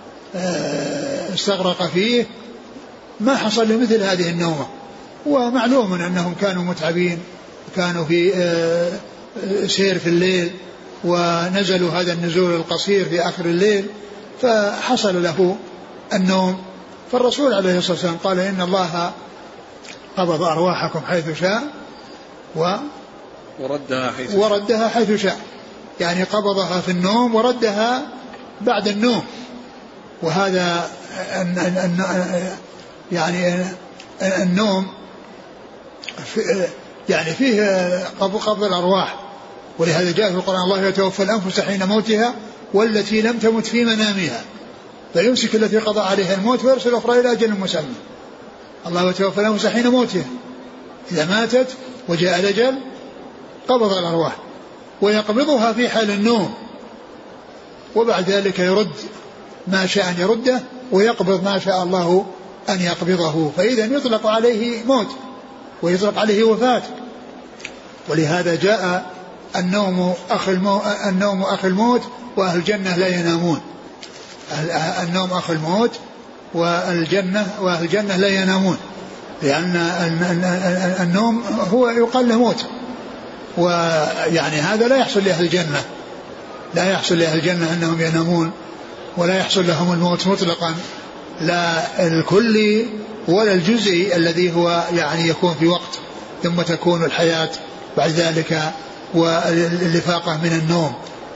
استغرق فيه ما حصل له مثل هذه النومة. ومعلوم أنهم كانوا متعبين، كانوا في سير في الليل ونزلوا هذا النزول القصير في آخر الليل فحصل له النوم. فالرسول عليه الصلاة والسلام قال إن الله قبض أرواحكم حيث شاء و وردها حيث, وردها حيث شاء، يعني قبضها في النوم وردها بعد النوم. وهذا أن أن أن يعني النوم في يعني فيه قبض الأرواح، ولهذا جاء في القرآن الله يتوفى الأنفس حين موتها والتي لم تمت في منامها فيمسك التي قضى عليها الموت ويرسل الأخرى إلى أجل مسمى. الله يتوفى الأنفس حين موتها، إذا ماتت وجاء الأجل قبض الأرواح ويقبضها في حال النوم، وبعد ذلك يرد ما شاء أن يرده ويقبض ما شاء الله أن يقبضه، فإذا يطلق عليه موت ويطلق عليه وفاة. ولهذا جاء النوم أخ الموت, النوم أخ الموت وأهل الجنة لا ينامون. النوم أخ الموت والجنة وأهل الجنة لا ينامون، لأن النوم هو يقال له موت، ويعني هذا لا يحصل لأهل الجنة، لا يحصل لأهل الجنة أنهم ينامون ولا يحصل لهم الموت مطلقا، لا الكلي ولا الجزئي الذي هو يعني يكون في وقت ثم تكون الحياة بعد ذلك والإفاقة من النوم.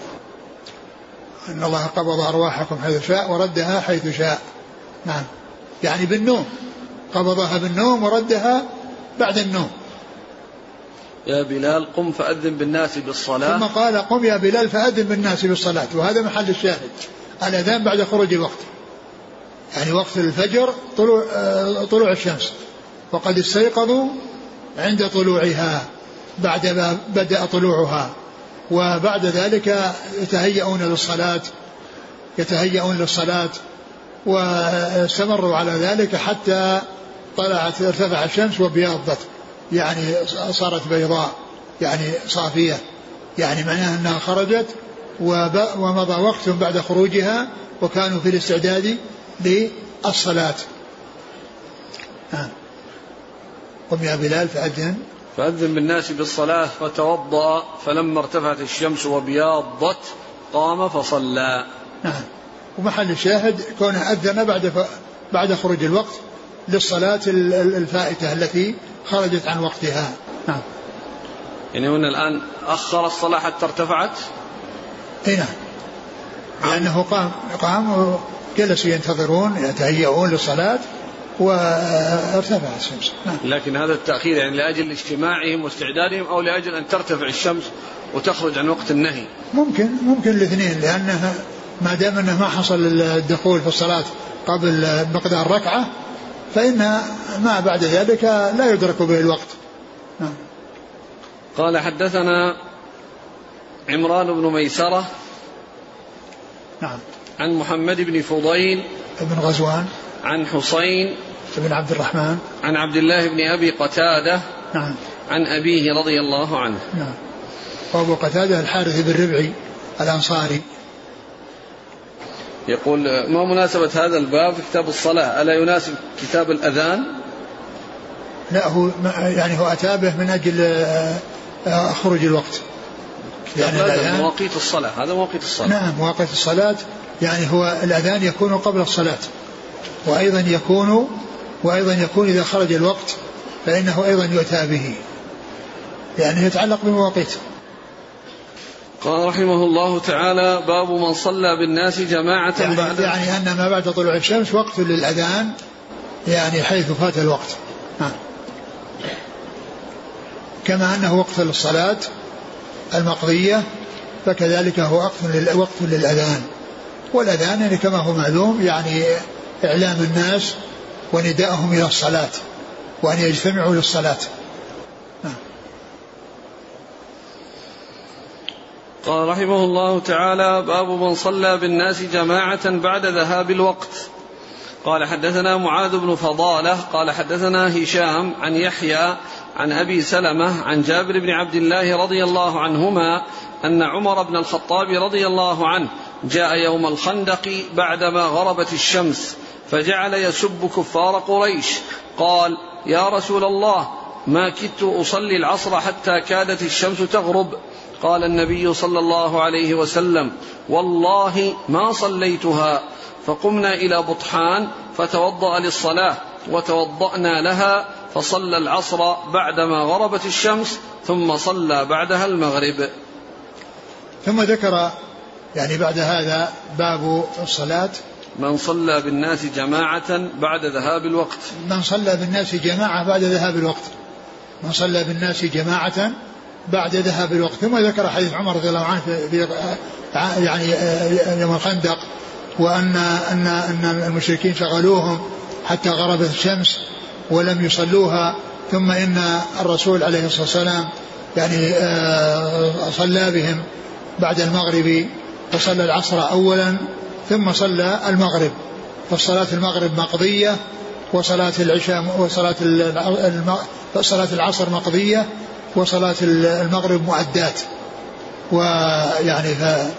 إن الله قبض أرواحكم حيث شاء وردها حيث شاء. نعم، يعني بالنوم، قبضها بالنوم وردها بعد النوم. يا بلال قم فأذن بالناس بالصلاة، ثم قال قم يا بلال فأذن بالناس بالصلاة، وهذا محل الشاهد، الأذان بعد خروج الوقت، يعني وقت الفجر طلوع, طلوع الشمس، وقد استيقظوا عند طلوعها بعد ما بدأ طلوعها، وبعد ذلك يتهيئون للصلاة يتهيئون للصلاة واستمروا على ذلك حتى طلعت ارتفع الشمس وبياضت، يعني صارت بيضاء يعني صافية، يعني معناها أنها خرجت ومضى وقت بعد خروجها وكانوا في الاستعداد للصلاة. قم يا بلال فأذن فأذن بالناس بالصلاة فتوضأ، فلما ارتفعت الشمس وبياضت قام فصلى. نعم، ومحل الشاهد كونه أذن بعد ف... بعد خروج الوقت للصلاة الفائتة التي خرجت عن وقتها. نعم، يعني هنا الآن أخر الصلاة حتى ارتفعت. اي نعم، لأنه قام قام وجلسوا ينتظرون يتهيئون للصلاة وارتفع الشمس. نعم. لكن هذا التأخير يعني لأجل اجتماعهم واستعدادهم أو لأجل أن ترتفع الشمس وتخرج عن وقت النهي؟ ممكن ممكن الاثنين، لأنه ما دام أنه ما حصل الدخول في الصلاة قبل مقدار ركعة فإن ما بعد ذلك لا يدرك به الوقت. نعم. قال حدثنا عمران بن ميسرة نعم عن محمد بن فضيل بن غزوان عن حسين بن عبد الرحمن عن عبد الله بن أبي قتادة نعم عن أبيه رضي الله عنه. نعم. وأبو قتادة الحارث بن ربعي الأنصاري. يقول ما مناسبة هذا الباب في كتاب الصلاة؟ ألا يناسب كتاب الأذان؟ لا، هو يعني هو أتابه من أجل خروج الوقت، يعني الأذان مواقيت الصلاة، هذا مواقيت الصلاة. نعم، مواقيت الصلاة، يعني هو الأذان يكون قبل الصلاة، وأيضا يكون وأيضا يكون إذا خرج الوقت فإنه أيضا يؤتى به، يعني يتعلق بمواقيت. قال رحمه الله تعالى باب من صلى بالناس جماعة يعني بعد يعني أن ما بعد طلوع الشمس وقت للأذان، يعني حيث فات الوقت. ها. كما أنه وقت للصلاة المقضية فكذلك هو وقت للأذان، والأذان يعني كما هو معلوم يعني إعلام الناس ونداءهم إلى الصلاة وأن يجتمعوا للصلاة. قال رحمه الله تعالى باب من صلى بالناس جماعة بعد ذهاب الوقت. قال حدثنا معاذ بن فضالة قال حدثنا هشام عن يحيى عن أبي سلمة عن جابر بن عبد الله رضي الله عنهما أن عمر بن الخطاب رضي الله عنه جاء يوم الخندق بعدما غربت الشمس فجعل يسب كفار قريش. قال يا رسول الله ما كدت أصلي العصر حتى كادت الشمس تغرب. قال النبي صلى الله عليه وسلم والله ما صليتها. فقمنا إلى بطحان فتوضأ للصلاة وتوضأنا لها فصلى العصر بعدما غربت الشمس ثم صلى بعدها المغرب. ثم ذكر يعني بعد هذا باب الصلاة من صلى بالناس جماعة بعد ذهاب الوقت. من صلى بالناس جماعة بعد ذهاب الوقت. من صلى بالناس جماعة بعد ذهاب الوقت. ثم ذكر حديث عمر رضي الله عنه في يعني يوم الخندق، وأن أن أن المشركين شغلوهم حتى غربت الشمس ولم يصلوها، ثم إن الرسول عليه الصلاة والسلام يعني صلى بهم بعد المغرب، فصلى العصر أولا ثم صلى المغرب، فصلاة المغرب مقضية وصلاة العشاء وصلاة صلاة العصر مقضية وصلاة المغرب مؤدات. ويعني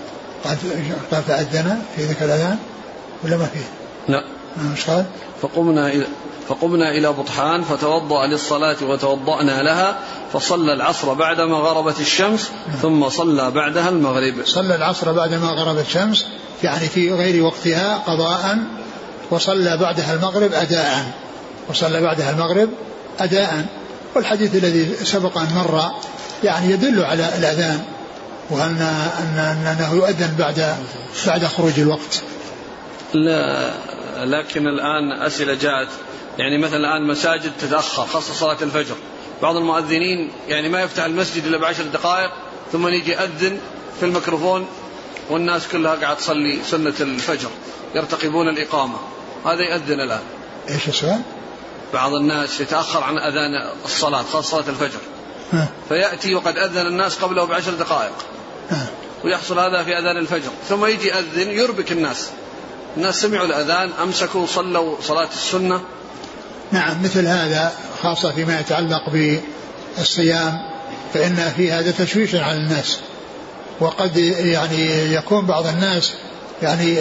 قال فأذن في ذكر الأذان ولا ما فيه؟ لا. مش قال؟ فقمنا إلى فقمنا إلى بطحان فتوضأ للصلاة وتوضأنا لها، فصلى العصر بعدما غربت الشمس ثم صلى بعدها المغرب. صلى العصر بعدما غربت الشمس يعني في غير وقتها قضاء، وصلى بعدها المغرب أداء وصلى بعدها المغرب أداء. والحديث الذي سبق أن مر يعني يدل على الأذان، وأن أنه يؤذن بعد بعد خروج الوقت. لا، لكن الآن أسئلة جاءت، يعني مثلا الآن مساجد تتأخر خاصة صلاة الفجر، بعض المؤذنين يعني ما يفتح المسجد إلا بعشر دقائق ثم يجي يأذن في الميكروفون والناس كلها قاعد تصلي سنة الفجر يرتقبون الإقامة، هذا يأذن الآن. إيش السؤال؟ بعض الناس يتأخر عن أذان الصلاة خاصة صلاة الفجر ها. فيأتي وقد أذن الناس قبله بعشر دقائق ها. ويحصل هذا في أذان الفجر، ثم يجي يأذن يربك الناس، الناس سمعوا الأذان أمسكوا صلوا صلاة السنة. نعم، مثل هذا خاصة فيما يتعلق بالصيام، فإن في هذا تشويش على الناس، وقد يعني يكون بعض الناس يعني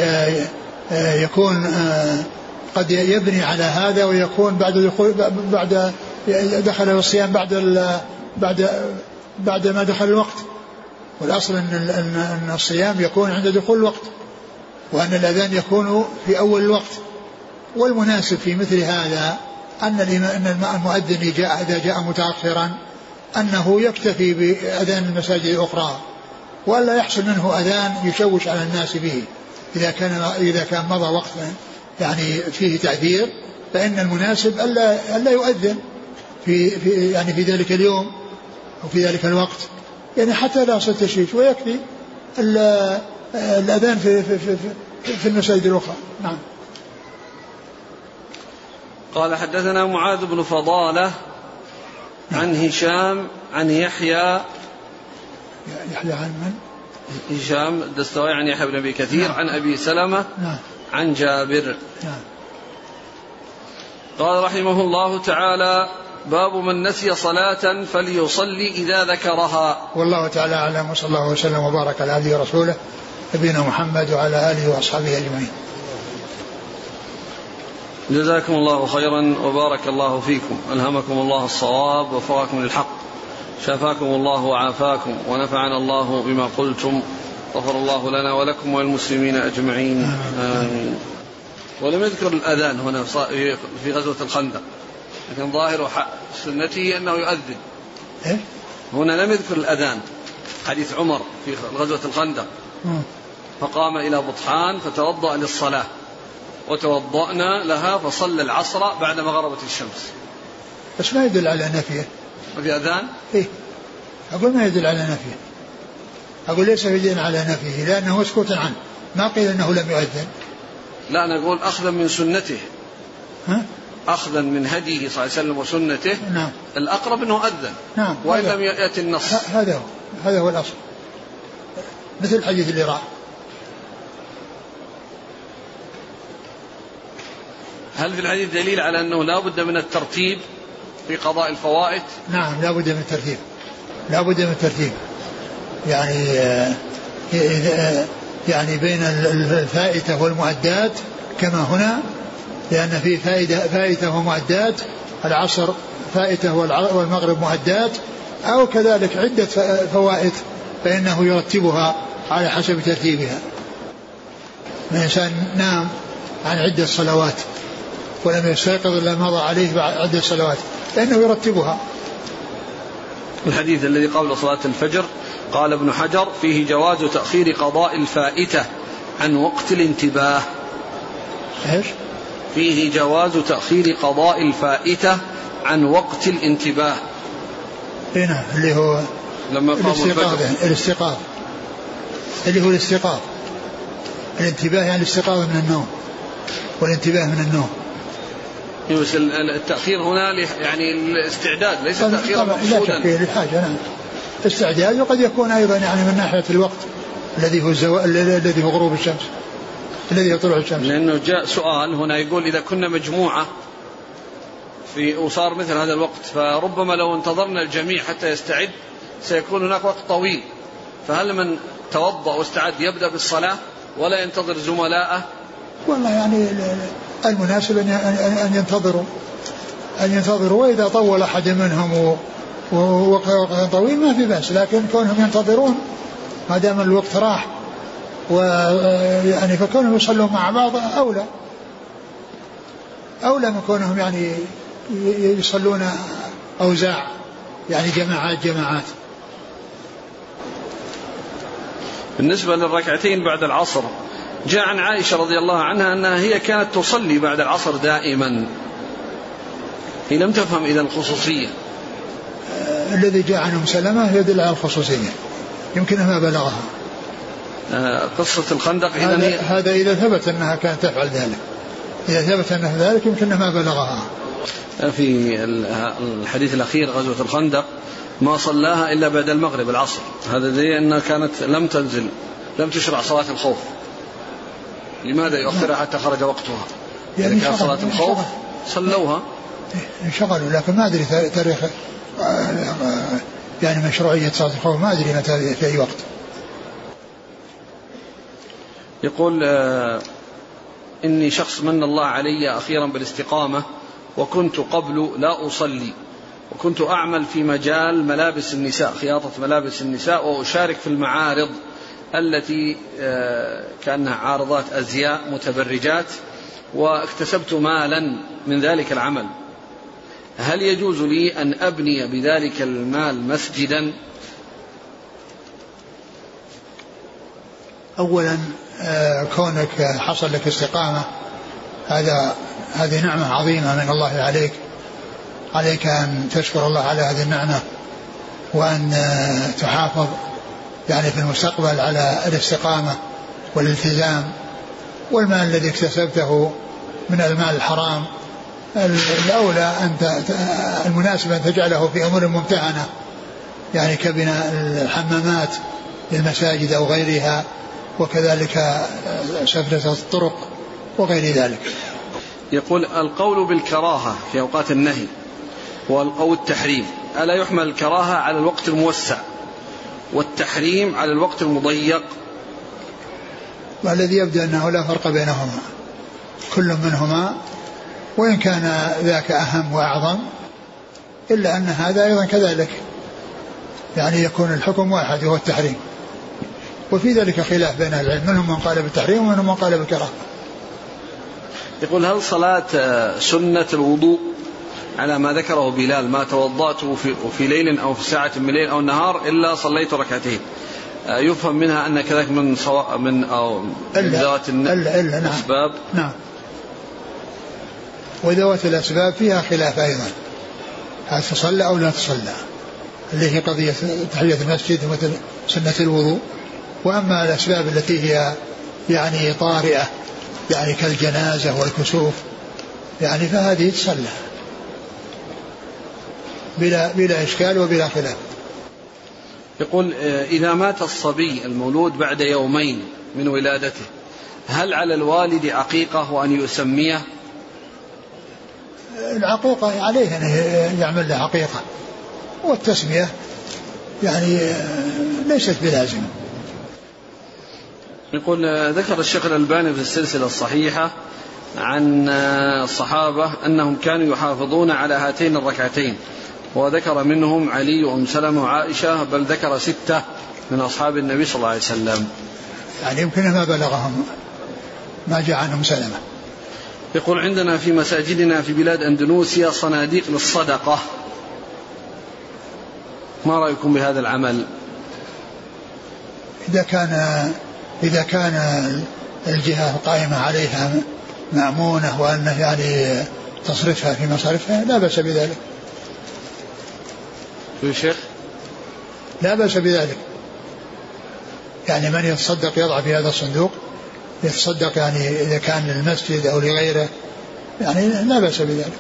يكون قد يبني على هذا، ويكون بعد دخول بعد دخل الصيام بعد بعد بعد ما دخل الوقت، والأصل أن الصيام يكون عند دخول الوقت، وأن الأذان يكون في أول الوقت. والمناسب في مثل هذا أن المؤذن جاء إذا جاء متأخرا أنه يكتفي بأذان المساجد الأخرى، ولا يحصل منه أذان يشوش على الناس به. إذا كان إذا كان مضى وقت يعني فيه تعذير، فإن المناسب ألا ألا يؤذن في في يعني في ذلك اليوم أو في ذلك الوقت، يعني حتى لا يحصل تشويش، ويكفي الأذان في في في في المساجد الأخرى. نعم. قال حدثنا معاذ بن فضالة عن هشام عن يحيى يحيى عن من؟ هشام الدستوائي عن يحيى بن أبي كثير. نعم. عن أبي سلمة. نعم. عن جابر. نعم. قال رحمه الله تعالى: باب من نسي صلاة فليصلي إذا ذكرها. والله تعالى أعلم، وصلى الله وسلم وبارك على عبده ورسوله نبينا محمد وعلى آله وأصحابه أجمعين. جزاكم الله خيرا وبارك الله فيكم، ألهمكم الله الصواب ووفقكم للحق، شافاكم الله وعافاكم، ونفعنا الله بما قلتم، غفر الله لنا ولكم وللمسلمين أجمعين، آمين. ولم يذكر الأذان هنا في غزوة الخندق، لكن ظاهر سنته أنه يؤذن. هنا لم يذكر الأذان، حديث عمر في غزوة الخندق فقام إلى بطحان فتوضأ للصلاة وتوضأنا لها فصلى العصر بعدما غربت الشمس. بس ما يدل على نفيه. ما في أذان؟ إيه، أقول ما يدل على نفيه، أقول ليس يدل على نفيه لأنه مسكوت عنه، ما قيل أنه لم يؤذن. لا، أنا أقول أخذا من سنته. ها؟ أخذا من هديه صلى الله عليه وسلم وسنته. نعم. الأقرب أنه أذن. نعم. وإن لم يأتي النص. هذا هو هذا هو الأصل، مثل الحديث اللي راح. هل في الحديث دليل على أنه لا بد من الترتيب في قضاء الفوائد؟ نعم، لا بد من الترتيب، لا بد من الترتيب، يعني يعني بين الفائتة والمؤدات كما هنا، لأن في فائدة فائتة ومؤدات، العصر فائتة والمغرب مؤدات، أو كذلك عدة فوائد فإنه يرتبها على حسب ترتيبها. الإنسان نام عن عدة صلوات ولم يستيقظ إلا مضى عليه بعد عدة صلوات فإنه يرتبها. الحديث الذي قبل صلاة الفجر قال ابن حجر: فيه جواز تأخير قضاء الفائتة عن وقت الانتباه. إيش؟ فيه جواز تأخير قضاء الفائتة عن وقت الانتباه. هنا اللي هو لما الاستيقاظ يعني الاستيقاظ اللي هو الاستيقاظ الانتباه يعني الاستيقاظ من النوم والانتباه من النوم. بس التأخير هنا يعني الاستعداد ليس تأخيرا مقصودا. لا شك فيه للحاجة نعم استعداد وقد يكون أيضا يعني من ناحية الوقت الذي هو الزوال الذي هو غروب الشمس الذي هو طلوع الشمس. لأنه جاء سؤال هنا يقول إذا كنا مجموعة في وصار مثل هذا الوقت فربما لو انتظرنا الجميع حتى يستعد سيكون هناك وقت طويل، فهل من توضأ واستعد يبدأ بالصلاة ولا ينتظر زملائه؟ والله يعني المناسب أن ينتظروا أن ينتظروا وإذا طول أحد منهم ووقت طويل ما في بأس، لكن كونهم ينتظرون ما دام الوقت راح ويعني فكونهم يصلون مع بعض أولى أولى من كونهم يعني يصلون أوزاع يعني جماعات جماعات. بالنسبة للركعتين بعد العصر جاء عن عائشة رضي الله عنها أنها هي كانت تصلي بعد العصر دائما، هي لم تفهم إذا الخصوصية. آه الذي جاء عنهم سلمة يدل على الخصوصية يمكنها ما بلغها. آه قصة الخندق هذا, هي هذا إذا ثبت أنها كانت تفعل ذلك، إذا ثبت أنها ذلك يمكنها ما بلغها. في الحديث الأخير غزوة الخندق ما صلاها إلا بعد المغرب العصر، هذا دليل أنها كانت لم تنزل لم تشرع صلاة الخوف. لماذا يؤخرها حتى خرج وقتها؟ يعني كان صلاة الخوف صلوها انشغلوا، لكن ما أدري تاريخ يعني مشروعية صلاة الخوف ما أدري متى في أي وقت. يقول إني شخص من الله علي أخيرا بالاستقامة وكنت قبل لا أصلي، وكنت أعمل في مجال ملابس النساء خياطة ملابس النساء، وأشارك في المعارض التي كأنها عارضات أزياء متبرجات، واكتسبت مالا من ذلك العمل، هل يجوز لي أن أبني بذلك المال مسجدا؟ أولا كونك حصل لك استقامة هذا هذه نعمة عظيمة من الله عليك، عليك أن تشكر الله على هذه النعمة وأن تحافظ يعني في المستقبل على الاستقامة والالتزام. والمال الذي اكتسبته من المال الحرام الأولى أن المناسب أن تجعله في أمور ممتهنة يعني كبناء الحمامات للمساجد أو غيرها، وكذلك سفلة الطرق وغير ذلك. يقول القول بالكراهة في أوقات النهي والقول التحريم ألا يحمل الكراهة على الوقت الموسع والتحريم على الوقت المضيق؟ والذي يبدو أنه لا فرق بينهما، كل منهما وإن كان ذاك أهم وأعظم إلا أن هذا أيضا كذلك يعني يكون الحكم واحد وهو التحريم، وفي ذلك خلاف بين العلم، منهم من قال بالتحريم ومنهم من قال بالكراهة. يقول هل صلاة سنة الوضوء على ما ذكره بلال ما توضأت في, في ليل أو في ساعة من ليل أو نهار إلا صليت ركعتين يفهم منها أن كذلك من صو... من أو من ذوات الأسباب؟ نعم, نعم. وذوات الأسباب فيها خلاف أيضا، هل تصلى أو لا تصلى، اللي هي قضية تحية المسجد مثل سنة الوضوء. وأما الأسباب التي هي يعني طارئة يعني كالجنازة والكسوف يعني فهذه تصلى بلا, بلا إشكال وبلا خلاف. يقول إذا مات الصبي المولود بعد يومين من ولادته هل على الوالد عقيقة وأن يسميه؟ العقيقة عليه أن يعمل له عقيقة، والتسمية يعني ليست بلازم. يقول ذكر الشيخ الألباني في السلسلة الصحيحة عن الصحابة أنهم كانوا يحافظون على هاتين الركعتين، وذكر منهم علي وأم سلمة وعائشة، بل ذكر ستة من أصحاب النبي صلى الله عليه وسلم، يعني يمكن ما بلغهم ما جاء عنهم سلمة. يقول عندنا في مساجدنا في بلاد أندونيسيا صناديق للصدقة، ما رأيكم بهذا العمل؟ إذا كان إذا كان الجهة القائمة عليها مأمونة وأنه يعني تصرفها في مصارفها لا بأس بذلك. يا شيخ لا بأس بذلك، يعني من يتصدق يضع في هذا الصندوق يتصدق يعني إذا كان للمسجد أو لغيره يعني لا بأس بذلك.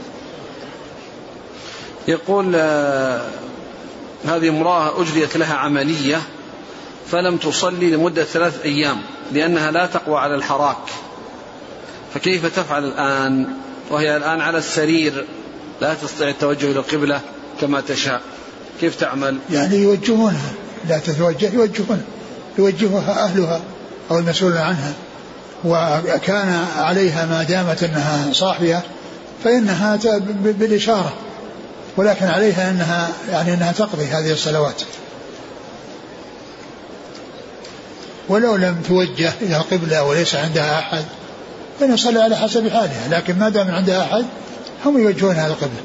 يقول آه هذه امرأة أجريت لها عملية فلم تصلي لمدة ثلاث أيام لأنها لا تقوى على الحراك، فكيف تفعل الآن وهي الآن على السرير لا تستطيع التوجه إلى القبلة كما تشاء، كيف تعمل؟ يعني يوجهونها، لا تتوجه يوجهونها، يوجهها أهلها أو المسؤول عنها، وكان عليها ما دامت أنها صاحية فإنها بالإشارة، ولكن عليها أنها يعني أنها تقضي هذه الصلوات، ولو لم توجه إلى القبلة وليس عندها أحد فنصلي على حسب حالها، لكن ما دام عندها أحد هم يوجهونها القبلة.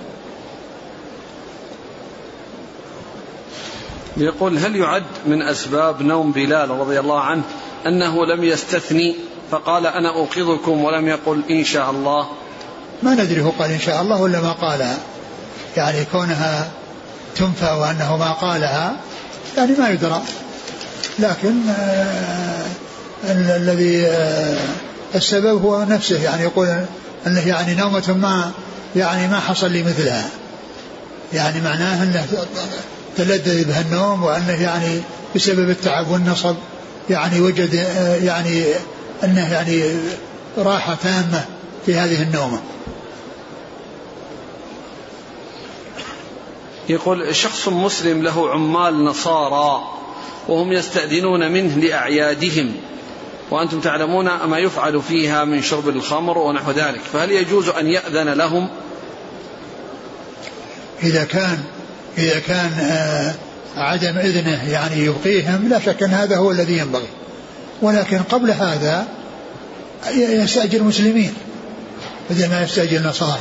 يقول هل يعد من أسباب نوم بلال رضي الله عنه أنه لم يستثني فقال أنا أوقظكم ولم يقل إن شاء الله؟ ما ندري هو قال إن شاء الله ولا ما قالها، يعني كونها تنفى وأنه ما قالها يعني ما يدرى، لكن آه الذي آه السبب هو نفسه، يعني يقول أنه يعني نومة ما يعني ما حصل لي مثلها، يعني معناه أنه تلذذ بها النوم، وأنه يعني بسبب التعب والنصب يعني وجد آه يعني أنه يعني راحة تامة في هذه النومة. يقول شخص مسلم له عمال نصارى وهم يستأذنون منه لأعيادهم وأنتم تعلمون ما يفعل فيها من شرب الخمر ونحو ذلك، فهل يجوز أن يأذن لهم؟ إذا كان إذا كان آه عدم إذنه يعني يبقيهم لا شك أن هذا هو الذي ينبغي، ولكن قبل هذا يستأجر مسلمين بدل ما يستأجر نصارى،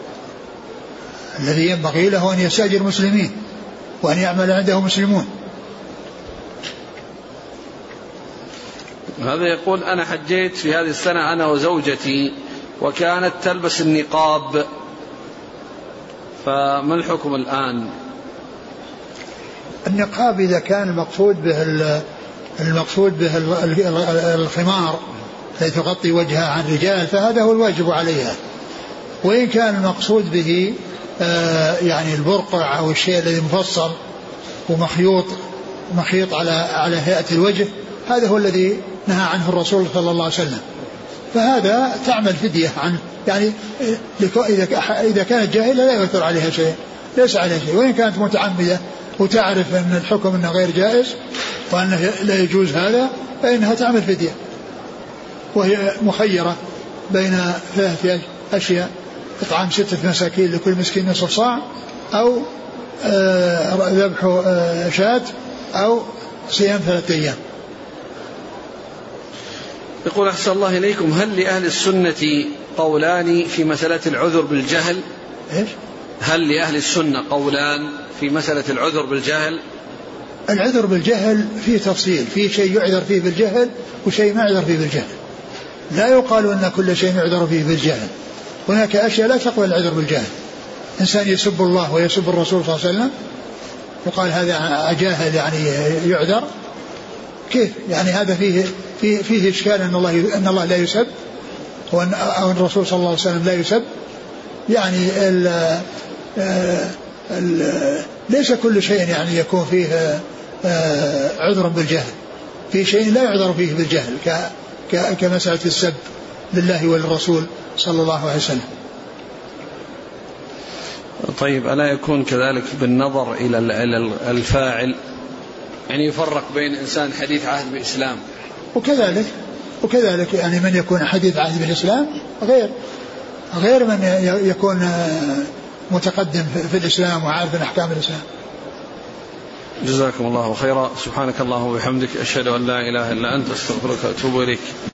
الذي ينبغي له أن يستأجر مسلمين وأن يعمل عنده مسلمون. هذا يقول أنا حجيت في هذه السنة أنا وزوجتي وكانت تلبس النقاب، فما الحكم الآن؟ النقاب إذا كان المقصود به المقصود به الخمار التي تغطي وجهها عن الرجال فهذا هو الواجب عليها، وإن كان المقصود به آه يعني البرقع أو الشيء الذي مفصل ومخيوط مخيط على على هيئة الوجه هذا هو الذي نهى عنه الرسول صلى الله عليه وسلم، فهذا تعمل فدية عنه، يعني إذا كانت جاهلة لا يؤثر عليها شيء، ليس عليها شيء، وإن كانت متعمدة وتعرف أن الحكم أنه غير جائز وأنه لا يجوز هذا فإنها تعمل فدية، وهي مخيرة بين ثلاثة أشياء: إطعام ستة مساكين لكل مسكين نصف صاع، أو ذبح آه شاة، أو صيام ثلاثة أيام. يقول أحسن الله إليكم هل لأهل السنة قولان في مسألة العذر بالجهل؟ إيش؟ هل لأهل السنة قولان في مسألة العذر بالجهل؟ العذر بالجهل فيه تفصيل، فيه شيء يعذر فيه بالجهل وشيء ما يعذر فيه بالجهل، لا يقال أن كل شيء يعذر فيه بالجهل، هناك أشياء لا تقبل العذر بالجهل، إنسان يسب الله ويسب الرسول صلى الله عليه وسلم يقال هذا جاهل يعني يعذر، كيف يعني هذا فيه فيه, فيه إشكال أن الله أن الله لا يسب وأن أو الرسول صلى الله عليه وسلم لا يسب، يعني ال ال ليس كل شيء يعني يكون فيه عذر بالجهل، في شيء لا يعذر فيه بالجهل كمسألة السب لله وللرسول صلى الله عليه وسلم. طيب ألا يكون كذلك بالنظر إلى الفاعل، يعني يفرق بين إنسان حديث عهد بالإسلام وكذلك وكذلك يعني من يكون حديث عهد بالإسلام غير غير من يكون متقدم في الإسلام وعارف أحكام الإسلام. جزاكم الله خيرا، سبحانك اللهم وبحمدك أشهد أن لا إله إلا أنت أستغفرك وأتوب إليك.